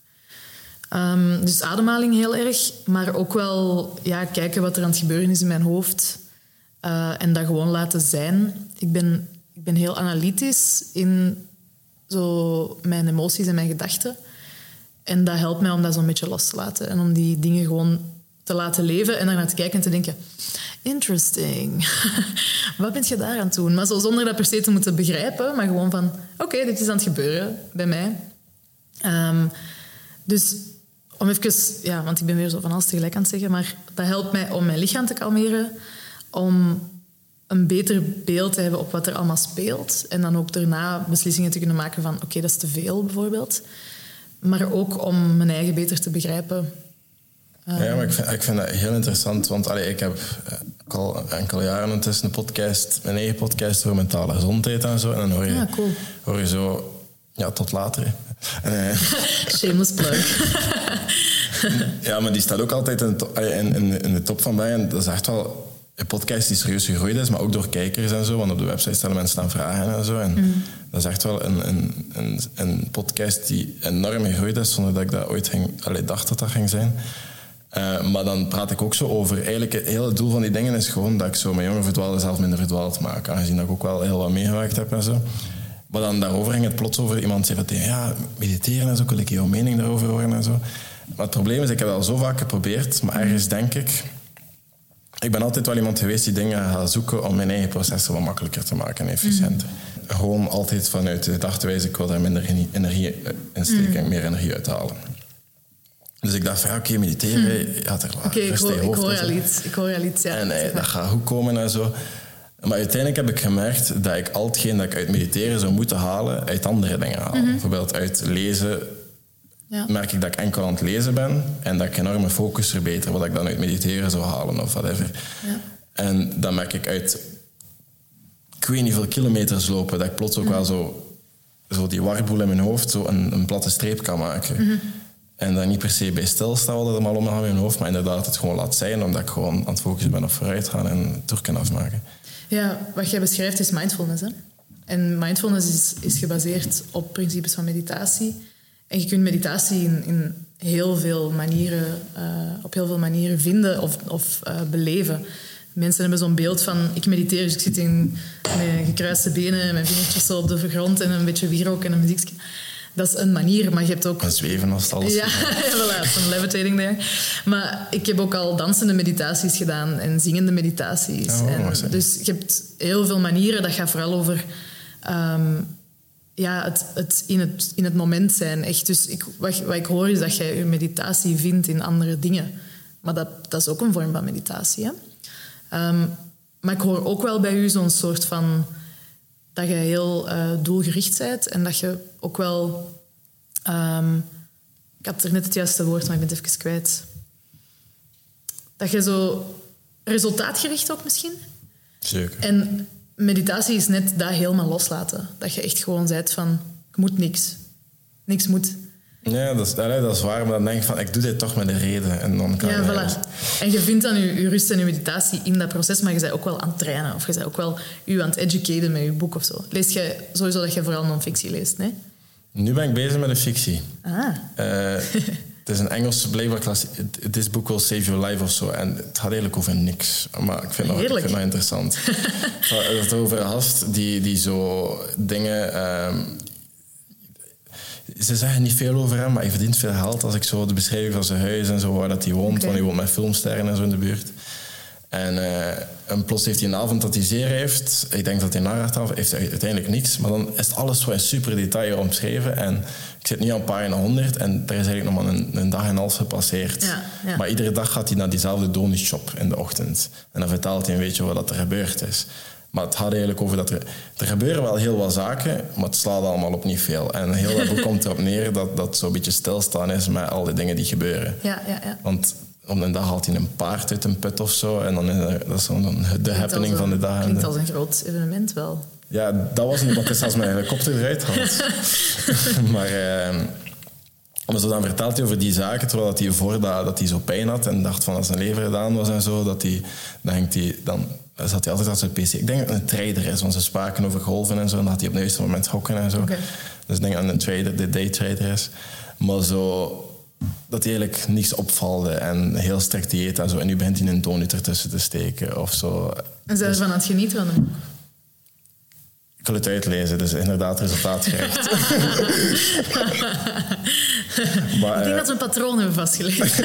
Um, dus ademhaling heel erg, maar ook wel ja, kijken wat er aan het gebeuren is in mijn hoofd. Uh, en dat gewoon laten zijn. Ik ben, ik ben heel analytisch in zo mijn emoties en mijn gedachten. En dat helpt mij om dat zo'n beetje los te laten. En om die dingen gewoon te laten leven en daarnaar te kijken en te denken... Interesting. Wat ben je daar aan het doen? Maar zo zonder dat per se te moeten begrijpen. Maar gewoon van... Oké, okay, dit is aan het gebeuren bij mij. Um, dus om even... Ja, want ik ben weer zo van alles tegelijk aan het zeggen. Maar dat helpt mij om mijn lichaam te kalmeren. Om een beter beeld te hebben op wat er allemaal speelt. En dan ook daarna beslissingen te kunnen maken van... Oké, okay, dat is te veel bijvoorbeeld. Maar ook om mijn eigen beter te begrijpen. Um, ja, maar ik vind, ik vind dat heel interessant. Want allee, ik heb al enkele jaren intussen een podcast, mijn eigen podcast over mentale gezondheid en zo. En dan hoor je, ja, cool. hoor je zo... Ja, tot later. En, uh, Shameless plug. Ja, maar die staat ook altijd in de, top, in, in, in de top van mij. En dat is echt wel een podcast die serieus gegroeid is, maar ook door kijkers en zo. Want op de website stellen mensen dan vragen en zo. En mm. dat is echt wel een, een, een, een podcast die enorm gegroeid is, zonder dat ik dat ooit ging, allee, dacht dat dat ging zijn. Uh, maar dan praat ik ook zo over... Eigenlijk het hele doel van die dingen is gewoon dat ik zo mijn jonge verdwaalde zelf minder verdwaald maak. Aangezien dat ik ook wel heel wat meegewerkt heb en zo. Maar dan daarover ging het plots over... Iemand zei van, ja, mediteren en zo, wil ik jouw mening daarover horen en zo. Maar het probleem is, ik heb dat al zo vaak geprobeerd, maar ergens denk ik... Ik ben altijd wel iemand geweest die dingen gaat zoeken om mijn eigen processen wat makkelijker te maken en efficiënter. Mm. Gewoon altijd vanuit de gedachtewijze, ik wil daar minder energie in steken en mm. meer energie uithalen. Dus ik dacht van, ja, oké, okay, mediteren, mm. ja, er Oké, okay, ik, ik hoor al iets. Ik hoor al iets, ja. En eh, dat gaat goed komen en zo. Maar uiteindelijk heb ik gemerkt dat ik al hetgeen dat ik uit mediteren zou moeten halen, uit andere dingen haal. Mm-hmm. Bijvoorbeeld uit lezen ja. merk ik dat ik enkel aan het lezen ben en dat ik enorme focus verbeter, wat ik dan uit mediteren zou halen of whatever. Ja. En dan merk ik uit, ik weet niet veel kilometers lopen, dat ik plots ook mm-hmm. wel zo, zo die warboel in mijn hoofd zo een, een platte streep kan maken. Mm-hmm. En dan niet per se bij stilstaan wat er allemaal omgaan in mijn hoofd, maar inderdaad het gewoon laat zijn, omdat ik gewoon aan het focussen ben op vooruit gaan en het door kan afmaken. Ja, wat jij beschrijft is mindfulness. Hè? En mindfulness is, is gebaseerd op principes van meditatie. En je kunt meditatie in, in heel veel manieren, uh, op heel veel manieren vinden of, of uh, beleven. Mensen hebben zo'n beeld van, ik mediteer, dus ik zit in met gekruiste benen, mijn vingertjes zo op de grond en een beetje wierook en een muziekje. Dat is een manier, maar je hebt ook... En zweven als het alles... Ja, voilà, van levitating there. Maar ik heb ook al dansende meditaties gedaan en zingende meditaties. Oh, en dus je hebt heel veel manieren. Dat gaat vooral over um, ja, het, het, in het in het moment zijn. Echt. Dus ik, wat, wat ik hoor is dat jij je meditatie vindt in andere dingen. Maar dat, dat is ook een vorm van meditatie. Hè? Um, maar ik hoor ook wel bij u zo'n soort van... dat je heel uh, doelgericht bent en dat je ook wel... Um, ik had er net het juiste woord, maar ik ben het even kwijt. Dat je zo... resultaatgericht ook misschien. Zeker. En meditatie is net dat helemaal loslaten. Dat je echt gewoon bent van... ik moet niks. Niks moet. Ja, dat is, dat is waar. Maar dan denk ik van, ik doe dit toch met een reden. En dan kan ja, voilà. En je vindt dan je, je rust en je meditatie in dat proces, maar je bent ook wel aan het trainen. Of je bent ook wel je aan het educaten met je boek of zo. Lees je sowieso dat je vooral non-fictie leest, nee? Nu ben ik bezig met een fictie. Ah. Uh, het is een Engelse blijkbaar klassie. This book will save your life of zo. En het gaat eigenlijk over niks. Maar ik vind het nog, nog interessant. Het gaat over een gast die, die zo dingen... Um, Ze zeggen niet veel over hem, maar hij verdient veel geld. Als ik zo de beschrijving van zijn huis en zo, waar dat hij woont, okay. Want hij woont met filmsterren en zo in de buurt. En, uh, en plots heeft hij een avond dat hij zeer heeft. Ik denk dat hij na heeft hij uiteindelijk niks. Maar dan is alles zo in super detail omschreven. En ik zit nu aan pagina honderd en er is eigenlijk nog maar een, een dag en een half gepasseerd. Ja, ja. Maar iedere dag gaat hij naar diezelfde donutshop in de ochtend. En dan vertelt hij een beetje wat er gebeurd is. Maar het gaat eigenlijk over dat er... Er gebeuren wel heel wat zaken, maar het slaat allemaal op niet veel. En heel dat boek komt erop neer dat dat zo'n beetje stilstaan is met al die dingen die gebeuren. Ja, ja, ja. Want op een dag haalt hij een paard uit een put of zo. En dan is er, dat is zo de klinkt happening een, van de dag. Klinkt als een groot evenement wel. Ja, dat was niet, want het is als mijn helikopter eruit haalt. maar... Eh, Maar zo dan vertelt hij over die zaken, terwijl dat hij voordat dat hij zo pijn had en dacht van dat zijn lever gedaan was en zo, dat hij, dan, hangt hij, dan zat hij altijd aan zijn pc. Ik denk dat het een trader is, want ze spraken over golven en zo, en dat had hij op het juiste moment gokken en zo. Okay. Dus ik denk dat het een trader, de daytrader is. Maar zo, dat hij eigenlijk niets opvalde en heel strikt dieet en zo. En nu begint hij een donut ertussen te steken of zo. En zijn ze van aan het genieten van hem? Ik wil het uitlezen, dus inderdaad resultaatgericht. maar, ik denk uh, dat we een patroon hebben vastgelegd.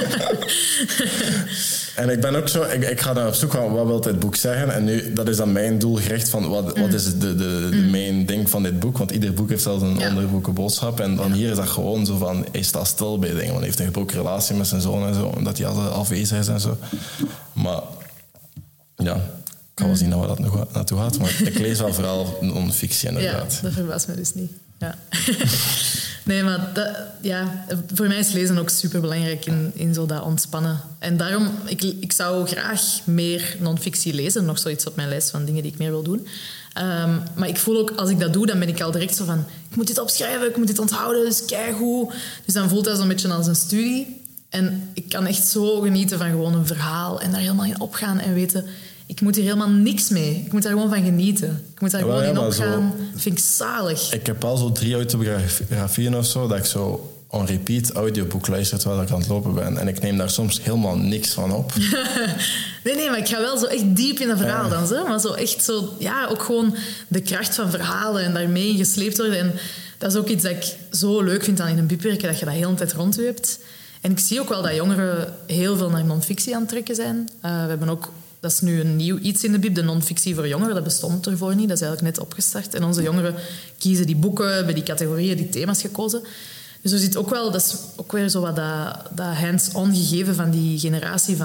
En ik ben ook zo... Ik, ik ga daar op zoek van, wat wil dit boek zeggen? En nu, dat is dan mijn doel gericht van, wat, mm. wat is de, de, de mm. main ding van dit boek? Want ieder boek heeft zelfs een ja. onderboeken boodschap. En dan ja. hier is dat gewoon zo van, hij staat stil bij dingen. Want hij heeft een gebroken relatie met zijn zoon en zo. Omdat hij altijd afwezig is en zo. Maar, ja... Ik ga wel zien waar dat nog naartoe gaat, maar ik lees wel vooral non-fictie inderdaad. Ja, dat verbaast me dus niet. Ja. Nee, maar dat, ja, voor mij is lezen ook superbelangrijk in, in zo dat ontspannen. En daarom, ik, ik zou graag meer non-fictie lezen. Nog zoiets op mijn lijst van dingen die ik meer wil doen. Um, maar ik voel ook, als ik dat doe, dan ben ik al direct zo van... Ik moet dit opschrijven, ik moet dit onthouden, dus keigoed. Dus dan voelt dat zo'n beetje als een studie. En ik kan echt zo genieten van gewoon een verhaal en daar helemaal in opgaan en weten... Ik moet hier helemaal niks mee. Ik moet daar gewoon van genieten. Ik moet daar gewoon ja, in opgaan. Dat vind ik zalig. Ik heb al zo drie autobiografieën of zo, dat ik zo on repeat audioboek luister terwijl ik aan het lopen ben. En ik neem daar soms helemaal niks van op. nee, nee, maar ik ga wel zo echt diep in dat verhaal ja. dan. Zo. Maar zo echt zo... Ja, ook gewoon de kracht van verhalen en daarmee gesleept worden. En dat is ook iets dat ik zo leuk vind aan in een B I P-werken, dat je dat de hele tijd rond u hebt. En ik zie ook wel dat jongeren heel veel naar non-fictie aan het trekken zijn. Uh, we hebben ook... Dat is nu een nieuw iets in de B I B, de non-fictie voor jongeren. Dat bestond ervoor niet, dat is eigenlijk net opgestart. En onze jongeren kiezen die boeken, hebben die categorieën, die thema's gekozen. Dus er zit ook wel, dat is ook weer zo wat dat, dat hands-on gegeven van die generatie van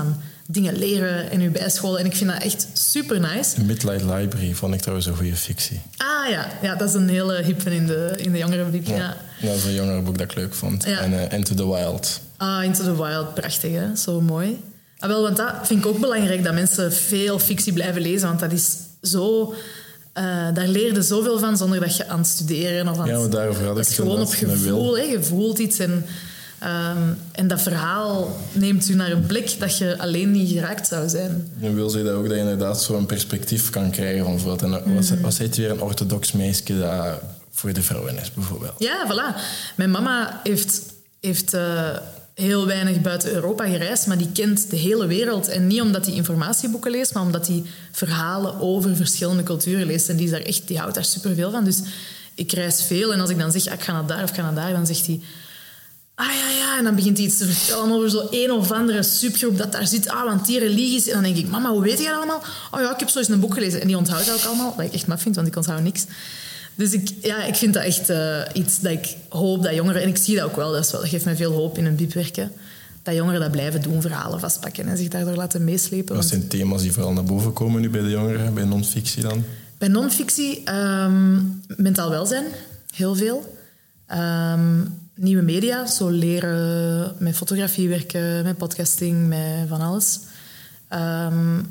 dingen leren en je bijscholen. En ik vind dat echt super nice. Midnight Library vond ik trouwens een goede fictie. Ah ja, ja dat is een hele hippe in de, in de jongerenbiep. Ja. Ja, dat is een jongerenboek dat ik leuk vond. Ja. En uh, Into the Wild. Ah, Into the Wild, prachtig hè, zo mooi. Ah, wel, want dat vind ik ook belangrijk, dat mensen veel fictie blijven lezen, want dat is zo... Uh, daar leer je zoveel van zonder dat je aan het studeren of aan ja, maar daarover had dat ik is gewoon op gevoel. Hè? Je voelt iets en, um, en dat verhaal neemt je naar een plek dat je alleen niet geraakt zou zijn. Nu wil ze dat ook dat je inderdaad zo'n perspectief kan krijgen. Van bijvoorbeeld, en was, mm. was het weer een orthodox meisje dat voor de vrouwen is, bijvoorbeeld? Ja, voilà. Mijn mama heeft... heeft uh, heel weinig buiten Europa gereisd, maar die kent de hele wereld. En niet omdat hij informatieboeken leest, maar omdat hij verhalen over verschillende culturen leest. En die, is daar echt, die houdt daar superveel van. Dus ik reis veel en als ik dan zeg, ah, ik ga naar daar of ik ga naar daar, dan zegt hij... Ah ja, ja, en dan begint hij iets te vertellen over zo'n een of andere subgroep dat daar zit. Ah, want die religies... En dan denk ik, mama, hoe weet je dat allemaal? Oh ja, ik heb zo eens een boek gelezen. En die onthoudt dat ook allemaal, wat ik echt maf vind, want ik onthoud niks. Dus ik, ja, ik vind dat echt uh, iets dat ik hoop dat jongeren... En ik zie dat ook wel, dat, is wel, dat geeft mij veel hoop in een biep werken. Dat jongeren dat blijven doen, verhalen vastpakken en zich daardoor laten meeslepen. Wat zijn thema's die vooral naar boven komen nu bij de jongeren, bij non-fictie dan? Bij non-fictie, um, mentaal welzijn, heel veel. Um, nieuwe media, zo leren met fotografie werken, met podcasting, met van alles. Um,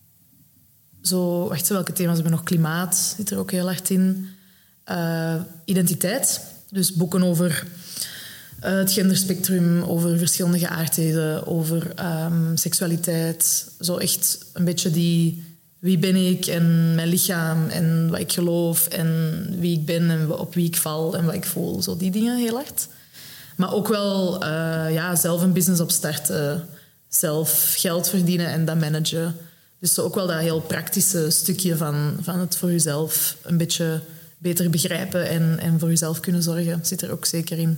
Zo, wacht, welke thema's hebben we nog? Klimaat zit er ook heel hard in. Uh, identiteit, dus boeken over uh, het genderspectrum, over verschillende geaardheden, over um, seksualiteit. Zo echt een beetje die... Wie ben ik en mijn lichaam en wat ik geloof en wie ik ben en op wie ik val en wat ik voel. Zo die dingen heel hard. Maar ook wel uh, ja, zelf een business opstarten, zelf geld verdienen en dat managen. Dus ook wel dat heel praktische stukje van, van het voor jezelf een beetje beter begrijpen en, en voor jezelf kunnen zorgen zit er ook zeker in.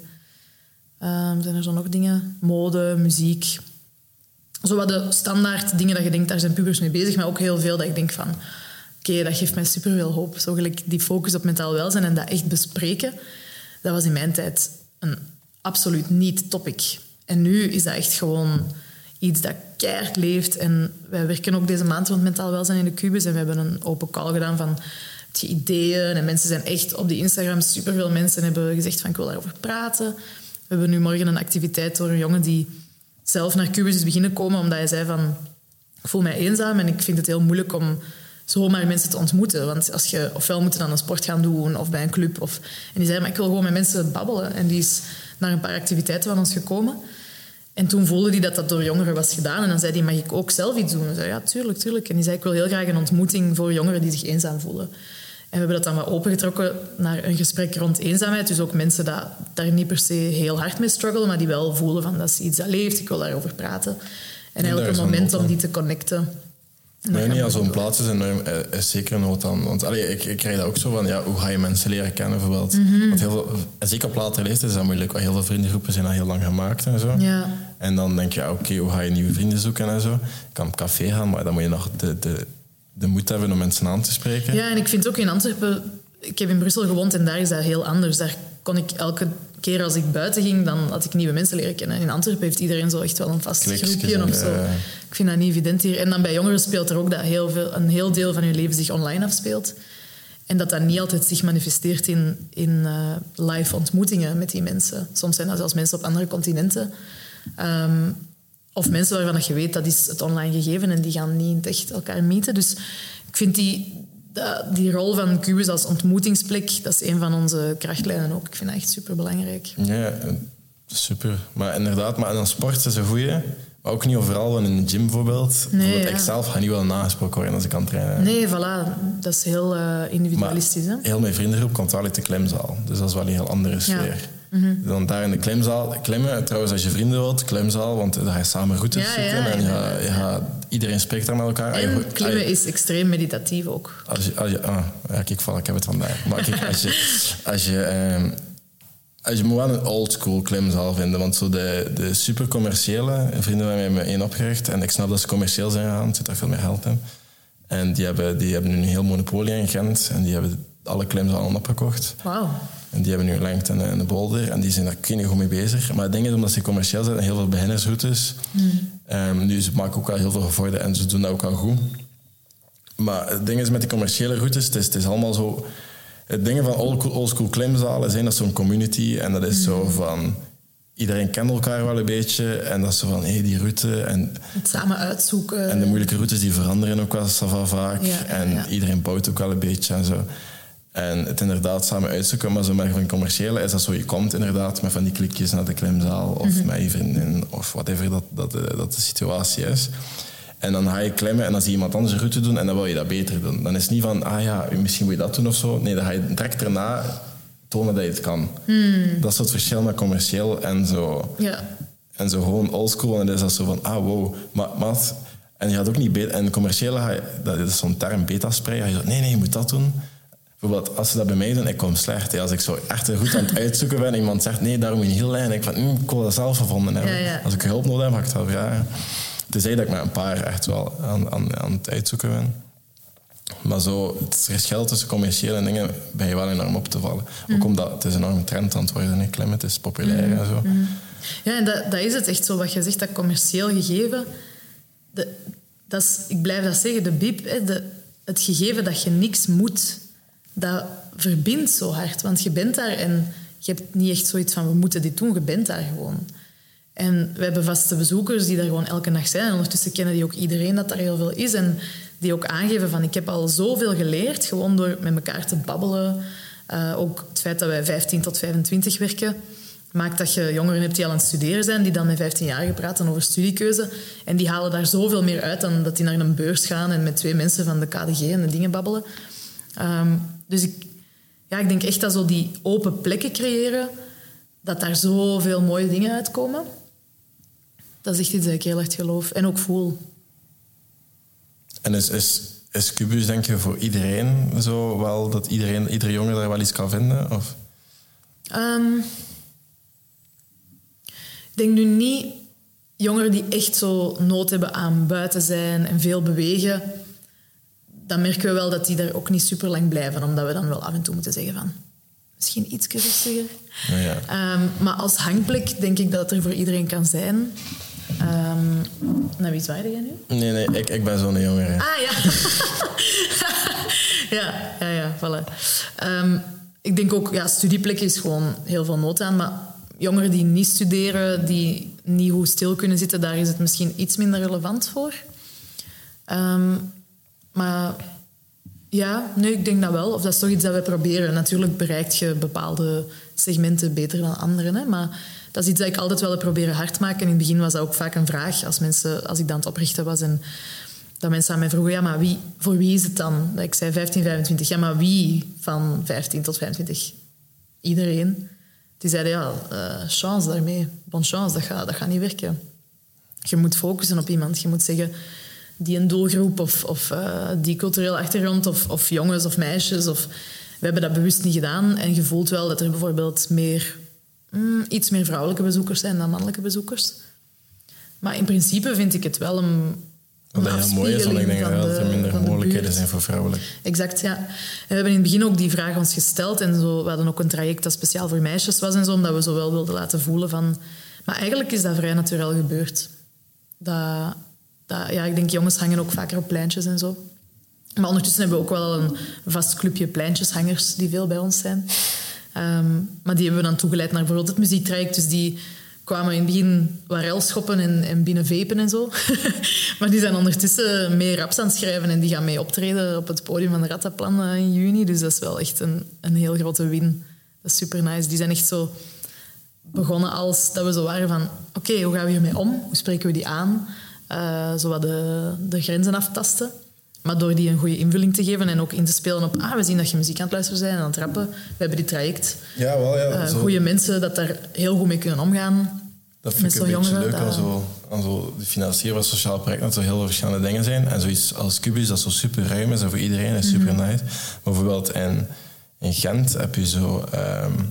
Um, zijn er zo nog dingen? Mode, muziek. Zo wat de standaard dingen dat je denkt, daar zijn pubers mee bezig, maar ook heel veel dat ik denk van... Oké, okay, dat geeft mij superveel hoop. Zo gelijk die focus op mentaal welzijn en dat echt bespreken, dat was in mijn tijd een absoluut niet topic. En nu is dat echt gewoon... iets dat keihard leeft. En wij werken ook deze maand rond mentaal welzijn in de Kubus. En we hebben een open call gedaan van je ideeën. En mensen zijn echt op de Instagram... Superveel mensen hebben gezegd van ik wil daarover praten. We hebben nu morgen een activiteit door een jongen die zelf naar Kubus is beginnen komen. Omdat hij zei van ik voel mij eenzaam en ik vind het heel moeilijk om zomaar mensen te ontmoeten. Want als je ofwel moet je dan een sport gaan doen of bij een club. Of, en die zei maar ik wil gewoon met mensen babbelen. En die is naar een paar activiteiten van ons gekomen. En toen voelde hij dat dat door jongeren was gedaan. En dan zei hij, mag ik ook zelf iets doen? En zei ja, tuurlijk, tuurlijk. En die zei, ik wil heel graag een ontmoeting voor jongeren die zich eenzaam voelen. En we hebben dat dan wat opengetrokken naar een gesprek rond eenzaamheid. Dus ook mensen die daar niet per se heel hard mee struggelen, maar die wel voelen van dat is iets dat leeft, ik wil daarover praten. En eigenlijk een moment om die te connecten. Nee, niet aan zo'n plaats is, en, is zeker nood aan. Want allee, ik, ik krijg dat ook zo van, ja, hoe ga je mensen leren kennen bijvoorbeeld? Mm-hmm. Want heel veel, en zeker op latere leeftijd is dat moeilijk. Want heel veel vriendengroepen zijn al heel lang gemaakt en zo. Ja. En dan denk je, ja, oké, okay, hoe ga je nieuwe vrienden zoeken en zo? Je kan op café gaan, maar dan moet je nog de, de, de moed hebben om mensen aan te spreken. Ja, en ik vind ook in Antwerpen... Ik heb in Brussel gewoond en daar is dat heel anders. Daar kon ik elke keer als ik buiten ging, dan had ik nieuwe mensen leren kennen. In Antwerpen heeft iedereen zo echt wel een vast Kliksjes groepje of zo. Uh... Ik vind dat niet evident hier. En dan bij jongeren speelt er ook dat heel veel, een heel deel van hun leven zich online afspeelt. En dat dat niet altijd zich manifesteert in, in uh, live ontmoetingen met die mensen. Soms zijn dat zelfs mensen op andere continenten. Um, of mensen waarvan je weet, dat is het online gegeven en die gaan niet in het echt elkaar meeten. Dus ik vind die... Die rol van Kubus als ontmoetingsplek, dat is een van onze krachtlijnen ook. Ik vind dat echt superbelangrijk. Ja, super. Maar inderdaad, maar dan sport is een goeie. Maar ook niet overal, want in de gym bijvoorbeeld. Nee, bijvoorbeeld ja. Ik zelf ga niet wel nagesproken worden als ik kan trainen. Nee, voilà. Dat is heel uh, individualistisch. Maar hè? heel mijn vriendengroep komt wel uit de klimzaal. Dus dat is wel een heel andere sfeer. Ja. Mm-hmm. Dan daar in de klimzaal klimmen. Trouwens, als je vrienden wilt, klimzaal, want dan ga je samen routes ja, zoeken. Ja, en ja, ja, iedereen spreekt daar met elkaar. En je, klimmen je, is extreem meditatief ook. Als je, als je, ah, ja, kijk, val, ik heb het vandaag. Maar kijk, als je... Als je eh, Als je moet wel een oldschool klimzaal vinden, want zo de, de super commerciële vrienden hebben mij één opgericht en ik snap dat ze commercieel zijn gegaan, er zit daar veel meer geld in. En die hebben, die hebben nu een heel monopolie in Gent en die hebben alle klimzalen opgekocht. Wauw. En die hebben nu Lengt en de Boulder en die zijn daar niet goed mee bezig. Maar het ding is, omdat ze commercieel zijn en heel veel beginnersroutes, mm. Um, nu, ze maken ook wel heel veel gevorderd en ze doen dat ook wel goed. Maar het ding is met die commerciële routes, het is, het is allemaal zo... Het ding van oldschool klimzalen zijn, dat is zo'n community en dat is mm. zo van... Iedereen kent elkaar wel een beetje en dat is zo van, hé, hey, die route... En, het samen uitzoeken. En de moeilijke routes, die veranderen ook wel vaak. Ja, en ja. iedereen bouwt ook wel een beetje en zo. En het inderdaad samen uitzoeken, maar zo met een commerciële is dat zo, je komt inderdaad met van die klikjes naar de klimzaal of mm-hmm. met je vriendin of whatever dat, dat, dat de situatie is. En dan ga je klimmen en dan zie je iemand anders een route doen en dan wil je dat beter doen. Dan is het niet van, ah ja, misschien moet je dat doen of zo. Nee, dan ga je direct erna tonen dat je het kan. Mm. Dat is het verschil met commercieel en zo. Ja. En zo gewoon oldschool en dan is dat zo van, ah wow, maar... maar en je gaat ook niet beter... En commerciële, ga je, dat is zo'n term, beta-spray. Ga je zo, nee, nee, je moet dat doen. Bijvoorbeeld, als ze dat bij mij doen, ik kom slecht. Hè. Als ik zo echt goed aan het uitzoeken ben en iemand zegt, nee, daarom moet je heel lijn. Ik van, mm, ik wil dat zelf gevonden hebben. Ja, ja. Als ik hulp nodig heb, ga ik het wel vragen. Tenzij dat ik met een paar echt wel aan, aan, aan het uitzoeken ben. Maar zo, het verschil tussen commerciële dingen ben je wel enorm op te vallen. Mm. Ook omdat het is een enorm trend aan het worden. Hè. Klimmen, het is populair mm. en zo. Mm. Ja, en dat, dat is het echt zo. Wat je zegt, dat commercieel gegeven... De, dat is, ik blijf dat zeggen, de biep, hè, de, het gegeven dat je niks moet... Dat verbindt zo hard, want je bent daar en je hebt niet echt zoiets van we moeten dit doen, je bent daar gewoon. En we hebben vaste bezoekers die daar gewoon elke nacht zijn en ondertussen kennen die ook iedereen dat daar heel veel is en die ook aangeven van ik heb al zoveel geleerd, gewoon door met elkaar te babbelen. Uh, ook het feit dat wij vijftien tot vijfentwintig werken maakt dat je jongeren hebt die al aan het studeren zijn, die dan met vijftienjarigen praten over studiekeuze en die halen daar zoveel meer uit dan dat die naar een beurs gaan en met twee mensen van de K D G en de dingen babbelen. Um, dus ik, ja, ik denk echt dat zo die open plekken creëren, dat daar zoveel mooie dingen uitkomen. Dat is echt iets dat ik heel erg geloof en ook voel. En is, is, is Kubus, denk je, voor iedereen zo wel, dat iedereen, iedere jongen daar wel iets kan vinden? Of? Um, ik denk nu niet jongeren die echt zo nood hebben aan buiten zijn en veel bewegen... Dan merken we wel dat die daar ook niet super lang blijven, omdat we dan wel af en toe moeten zeggen van misschien iets rustiger. Ja, ja. Um, maar als hangplek denk ik dat het er voor iedereen kan zijn. Um, naar wie zwaaide jij nu? Nee, nee, ik, ik ben zo'n jongere. Ah, ja. ja, ja, ja, voilà. Um, ik denk ook, ja, studieplek is gewoon heel veel nood aan, maar jongeren die niet studeren, die niet goed stil kunnen zitten, daar is het misschien iets minder relevant voor. Um, Maar ja, nee, ik denk dat wel. Of dat is toch iets dat we proberen. Natuurlijk bereikt je bepaalde segmenten beter dan anderen. Hè? Maar dat is iets dat ik altijd wel heb proberen hard maken. In het begin was dat ook vaak een vraag. Als, mensen, als ik dan aan het oprichten was en dat mensen aan mij vroegen... Ja, maar wie, voor wie is het dan? Dat ik zei vijftien, vijfentwintig. Ja, maar wie van vijftien tot vijfentwintig? Iedereen. Die zeiden, ja, uh, chance daarmee. Bon chance, dat gaat, dat gaat niet werken. Je moet focussen op iemand. Je moet zeggen... die een doelgroep of, of uh, die culturele achtergrond of, of jongens of meisjes. Of, we hebben dat bewust niet gedaan. En je voelt wel dat er bijvoorbeeld meer, mm, iets meer vrouwelijke bezoekers zijn dan mannelijke bezoekers. Maar in principe vind ik het wel een, een Wat heel mooi is, want ik denk dat de, er minder mogelijkheden zijn voor vrouwelijk. Exact, ja. En we hebben in het begin ook die vraag ons gesteld. En zo, we hadden ook een traject dat speciaal voor meisjes was en zo, omdat we zo wel wilden laten voelen van... Maar eigenlijk is dat vrij natuurlijk gebeurd. Dat... Dat, ja, ik denk jongens hangen ook vaker op pleintjes en zo. Maar ondertussen hebben we ook wel een vast clubje pleintjeshangers die veel bij ons zijn. Um, maar die hebben we dan toegeleid naar bijvoorbeeld het muziektraject. Dus die kwamen in het begin warel schoppen en, en binnen vapen en zo. Maar die zijn ondertussen mee raps aan het schrijven en die gaan mee optreden op het podium van de Rattenplan in juni. Dus dat is wel echt een, een heel grote win. Dat is super nice. Die zijn echt zo begonnen als dat we zo waren van... Oké, okay, hoe gaan we hiermee om? Hoe spreken we die aan? Uh, zo wat de, de grenzen aftasten. Maar door die een goede invulling te geven en ook in te spelen op... Ah, we zien dat je muziek aan het luisteren bent en aan het rappen. We hebben dit traject. Ja, wel, ja. Uh, goede mensen dat daar heel goed mee kunnen omgaan. Dat vind ik een beetje jongeren, leuk dat... aan, zo, aan zo de financieren van sociaal project, dat er heel veel verschillende dingen zijn. En zoiets als Kubus, dat zo super ruim is en voor iedereen is super mm-hmm. nice. Maar bijvoorbeeld in, in Gent heb je zo... Um,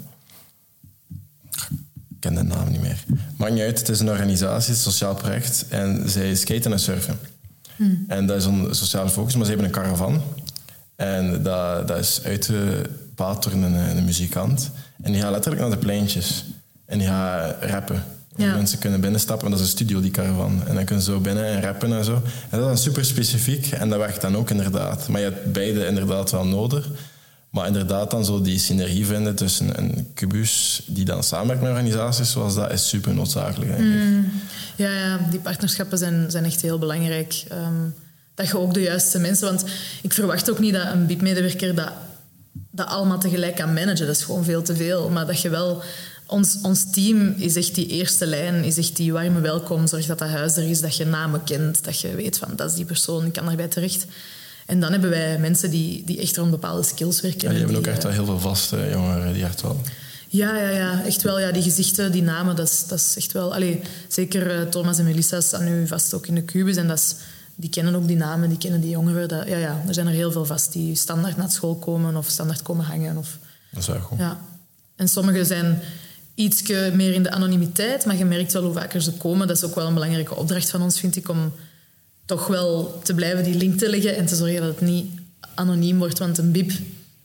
ik ken de naam niet meer. Maakt niet uit, het is een organisatie, het is een sociaal project. En zij skaten en surfen. Hmm. En dat is een sociale focus, maar ze hebben een caravan. En dat, dat is uitgebaat door een, een muzikant. En die gaat letterlijk naar de pleintjes. En die gaat rappen. Ja. Mensen kunnen binnenstappen, en dat is een studio, die caravan. En dan kunnen ze zo binnen en rappen en zo. En dat is dan super specifiek en dat werkt dan ook inderdaad. Maar je hebt beide inderdaad wel nodig. Maar inderdaad dan zo die synergie vinden tussen een Qbus die dan samenwerkt met organisaties zoals dat, is super noodzakelijk, denk ik. Mm, ja, ja, die partnerschappen zijn, zijn echt heel belangrijk. Um, dat je ook de juiste mensen... Want ik verwacht ook niet dat een B I P-medewerker dat, dat allemaal tegelijk kan managen. Dat is gewoon veel te veel. Maar dat je wel... Ons, ons team is echt die eerste lijn, is echt die warme welkom. Zorg dat dat huis er is, dat je namen kent, dat je weet van dat is die persoon, ik kan daarbij terecht. En dan hebben wij mensen die, die echt rond bepaalde skills werken. Ja, die hebben die, ook echt wel heel veel vaste jongeren die echt wel... Ja, ja, ja, echt wel. Ja, die gezichten, die namen, dat is, dat is echt wel... Allee, zeker uh, Thomas en Melissa staan nu vast ook in de Qbus en dat is, die kennen ook die namen, die kennen die jongeren. Dat, ja, ja, er zijn er heel veel vast die standaard naar school komen of standaard komen hangen. Of, dat is wel goed. Ja. En sommigen zijn iets meer in de anonimiteit, maar je merkt wel hoe vaker ze komen. Dat is ook wel een belangrijke opdracht van ons, vind ik, om toch wel te blijven die link te leggen en te zorgen dat het niet anoniem wordt. Want een B I P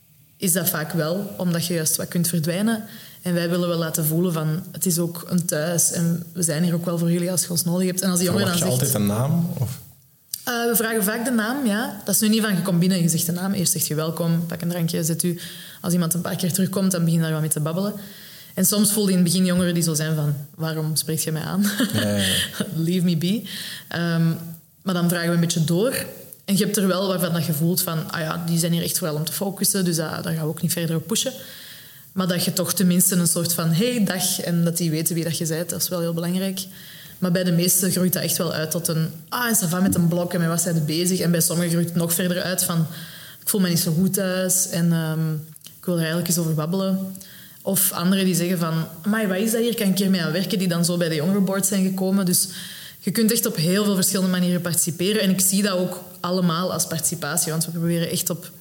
is dat vaak wel, omdat je juist wat kunt verdwijnen. En wij willen wel laten voelen van, het is ook een thuis en we zijn hier ook wel voor jullie als je ons nodig hebt. En als die jongen dan Verwacht je zegt... altijd een naam? Of? Uh, we vragen vaak de naam, ja. Dat is nu niet van, je komt binnen en je zegt de naam. Eerst zeg je welkom, pak een drankje, zet u. Als iemand een paar keer terugkomt, dan begin je daar wat mee te babbelen. En soms voel je in het begin jongeren die zo zijn van, waarom spreek je mij aan? Ja, ja. Leave me be. Um, maar dan vragen we een beetje door. En je hebt er wel waarvan dat je voelt van, ah ja, die zijn hier echt vooral om te focussen, dus dat, daar gaan we ook niet verder op pushen. Maar dat je toch tenminste een soort van, hey, dag, en dat die weten wie dat je bent, dat is wel heel belangrijk. Maar bij de meesten groeit dat echt wel uit tot een, ah, en ça va met een blok en met wat zijn ze bezig. En bij sommigen groeit het nog verder uit van, ik voel me niet zo goed thuis en um, ik wil er eigenlijk eens over babbelen. Of anderen die zeggen van, amai, wat is dat hier? Kan ik hiermee aan werken? Die dan zo bij de jongerenboard zijn gekomen. Dus je kunt echt op heel veel verschillende manieren participeren. En ik zie dat ook allemaal als participatie. Want we proberen echt op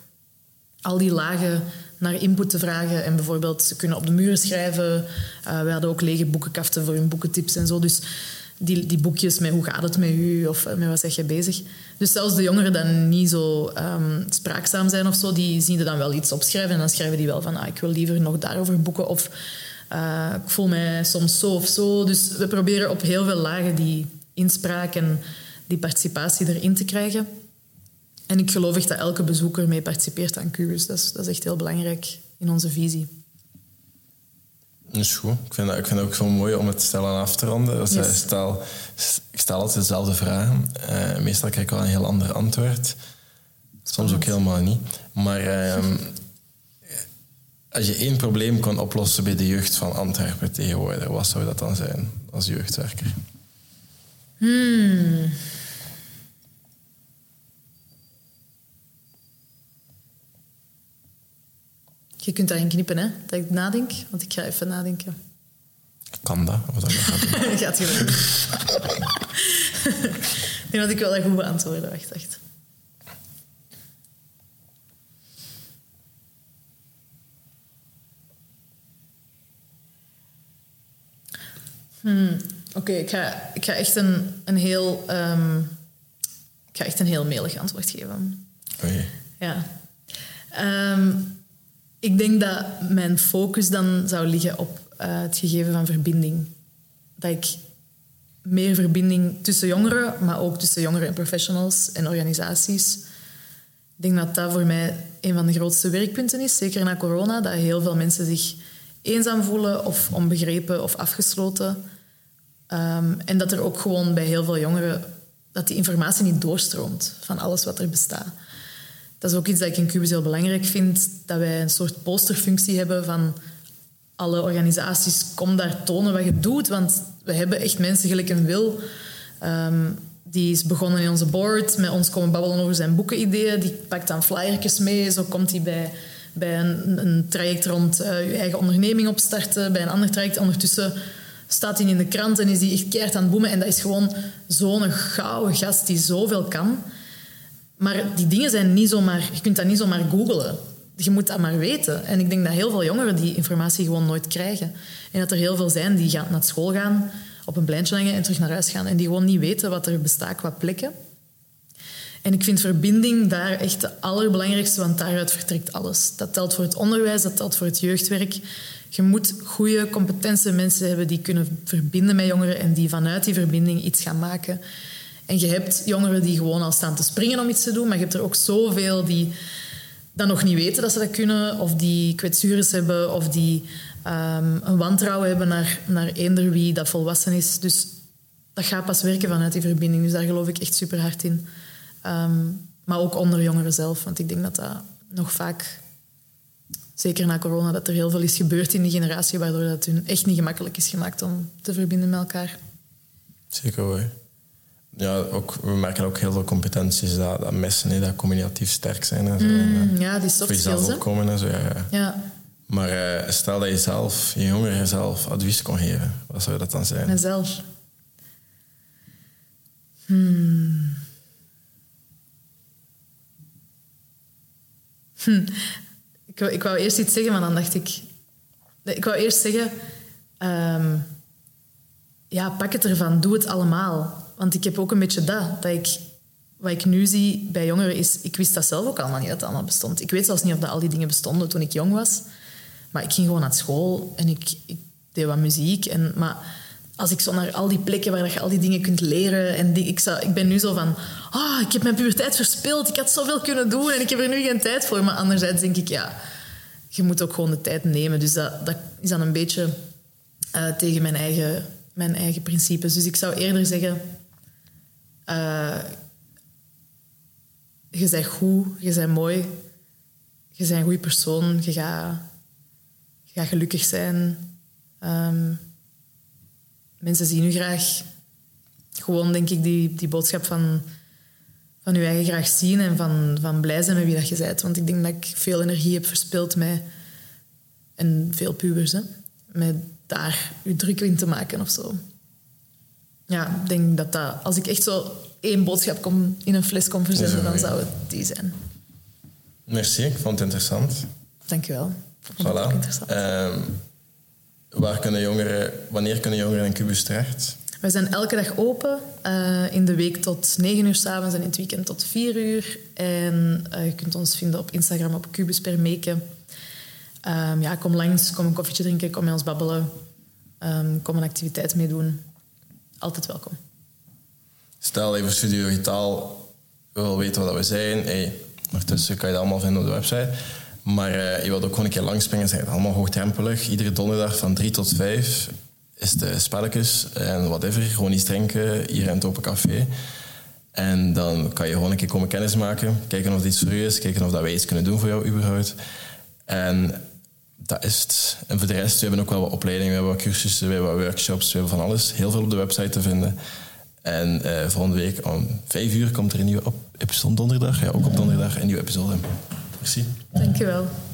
al die lagen naar input te vragen. En bijvoorbeeld, ze kunnen op de muren schrijven. Uh, we hadden ook lege boekenkaften voor hun boekentips en zo. Dus die, die boekjes met hoe gaat het met u? Of met wat zeg je bezig? Dus zelfs de jongeren die niet zo um, spraakzaam zijn of zo, die zien er dan wel iets opschrijven. En dan schrijven die wel van, ah, ik wil liever nog daarover boeken. Of uh, ik voel mij soms zo of zo. Dus we proberen op heel veel lagen die inspraak en die participatie erin te krijgen. En ik geloof echt dat elke bezoeker mee participeert aan Qbus. Dat is, dat is echt heel belangrijk in onze visie. Dat is goed. Ik vind, dat, ik vind het ook zo mooi om het stellen af te ronden. Dus, yes. stel, ik stel altijd dezelfde vragen. Uh, meestal krijg ik wel een heel ander antwoord. Soms ook helemaal niet. Maar uh, als je één probleem kon oplossen bij de jeugd van Antwerpen tegenwoordig, wat zou dat dan zijn als jeugdwerker? Hmm... Je kunt daarin knippen, hè? Dat ik nadenk. Want ik ga even nadenken. Kan dat? Of dat gaat doen? Gaat gewoon. Ik denk dat ik wel dat goed beantwoorden. Wacht, wacht. Hmm. Oké, okay, ik, ga, ik ga echt een, een heel... Um, ik ga echt een heel melig antwoord geven. Oei. Ja. Um, Ik denk dat mijn focus dan zou liggen op uh, het gegeven van verbinding. Dat ik meer verbinding tussen jongeren, maar ook tussen jongeren en professionals en organisaties. Ik denk dat dat voor mij een van de grootste werkpunten is, zeker na corona, dat heel veel mensen zich eenzaam voelen of onbegrepen of afgesloten. Um, en dat er ook gewoon bij heel veel jongeren, dat die informatie niet doorstroomt van alles wat er bestaat. Dat is ook iets dat ik in Qbus heel belangrijk vind, dat wij een soort posterfunctie hebben van alle organisaties, kom daar tonen wat je doet, want we hebben echt mensen gelijk een Wil. Um, die is begonnen in onze board, met ons komen babbelen over zijn boekenideeën, die pakt dan flyertjes mee, zo komt hij bij, bij een, een traject rond uh, je eigen onderneming opstarten, bij een ander traject. Ondertussen staat hij in de krant en is hij echt keihard aan het boemen en dat is gewoon zo'n gouden gast die zoveel kan. Maar die dingen zijn niet zomaar... Je kunt dat niet zomaar googlen. Je moet dat maar weten. En ik denk dat heel veel jongeren die informatie gewoon nooit krijgen. En dat er heel veel zijn die gaan naar school gaan, op een pleintje hangen en terug naar huis gaan. En die gewoon niet weten wat er bestaat qua plekken. En ik vind verbinding daar echt de allerbelangrijkste, want daaruit vertrekt alles. Dat telt voor het onderwijs, dat telt voor het jeugdwerk. Je moet goede, competente mensen hebben die kunnen verbinden met jongeren en die vanuit die verbinding iets gaan maken. En je hebt jongeren die gewoon al staan te springen om iets te doen, maar je hebt er ook zoveel die dat nog niet weten dat ze dat kunnen, of die kwetsures hebben, of die um, een wantrouwen hebben naar, naar eender wie dat volwassen is. Dus dat gaat pas werken vanuit die verbinding. Dus daar geloof ik echt super hard in. Um, maar ook onder jongeren zelf, want ik denk dat dat nog vaak, zeker na corona, dat er heel veel is gebeurd in die generatie, waardoor dat hun echt niet gemakkelijk is gemaakt om te verbinden met elkaar. Zeker hoor. Ja, ook, we merken ook heel veel competenties dat, dat messen, hè, dat communicatief sterk zijn. En zo, mm, en, ja, die soft voor jezelf skills. opkomen en zo, ja, ja. ja. Maar uh, stel dat je zelf, je jongeren zelf, advies kon geven. Wat zou dat dan zijn? Mezelf. Hmm. Hm. Ik, wou, ik wou eerst iets zeggen, maar dan dacht ik... Ik wou eerst zeggen... Um, ja, pak het ervan. Doe het allemaal. Want ik heb ook een beetje dat. dat ik, wat ik nu zie bij jongeren is... Ik wist dat zelf ook allemaal niet, dat het allemaal bestond. Ik weet zelfs niet of dat al die dingen bestonden toen ik jong was. Maar ik ging gewoon naar school en ik, ik deed wat muziek. En, maar als ik zo naar al die plekken waar je al die dingen kunt leren... En die, ik, zou, ik ben nu zo van... Oh, ik heb mijn puberteit verspild. Ik had zoveel kunnen doen en ik heb er nu geen tijd voor. Maar anderzijds denk ik, ja... Je moet ook gewoon de tijd nemen. Dus dat, dat is dan een beetje uh, tegen mijn eigen, mijn eigen principes. Dus ik zou eerder zeggen... Uh, je bent goed, je bent mooi. Je bent een goede persoon. Je gaat, je gaat gelukkig zijn. Um, mensen zien je graag. Gewoon, denk ik, die, die boodschap van... van je eigen graag zien en van, van blij zijn met wie dat je bent. Want ik denk dat ik veel energie heb verspild met... En veel pubers, hè. Met daar je druk in te maken of zo. Ja, ik denk dat dat... Als ik echt zo één boodschap kom, in een fles kon verzetten, dan zou het die zijn. Merci, ik vond het interessant. Dank je wel. Voilà. Um, waar kunnen jongeren, wanneer kunnen jongeren in Kubus terecht? We zijn elke dag open. Uh, in de week tot negen uur 's avonds en in het weekend tot vier uur. En uh, je kunt ons vinden op Instagram op Kubus per Meke. Um, ja, kom langs, kom een koffietje drinken, kom met ons babbelen. Um, kom een activiteit meedoen. Altijd welkom. Stel even Studio Vitaal wil weten wat we zijn. Hey, ondertussen kan je dat allemaal vinden op de website. Maar uh, je wilt ook gewoon een keer langspringen. Het is allemaal hoogdrempelig. Iedere donderdag van drie tot vijf is de spelletjes en whatever. Gewoon iets drinken hier in het open café. En dan kan je gewoon een keer komen kennismaken. Kijken of het iets voor u is. Kijken of dat wij iets kunnen doen voor jou überhaupt. En dat is het. En voor de rest, we hebben ook wel wat opleidingen. We hebben wat cursussen, we hebben wat workshops. We hebben van alles. Heel veel op de website te vinden. En uh, volgende week om vijf uur komt er een nieuwe op- episode donderdag. Ja, ook op donderdag een nieuwe episode. Merci. Dank je wel.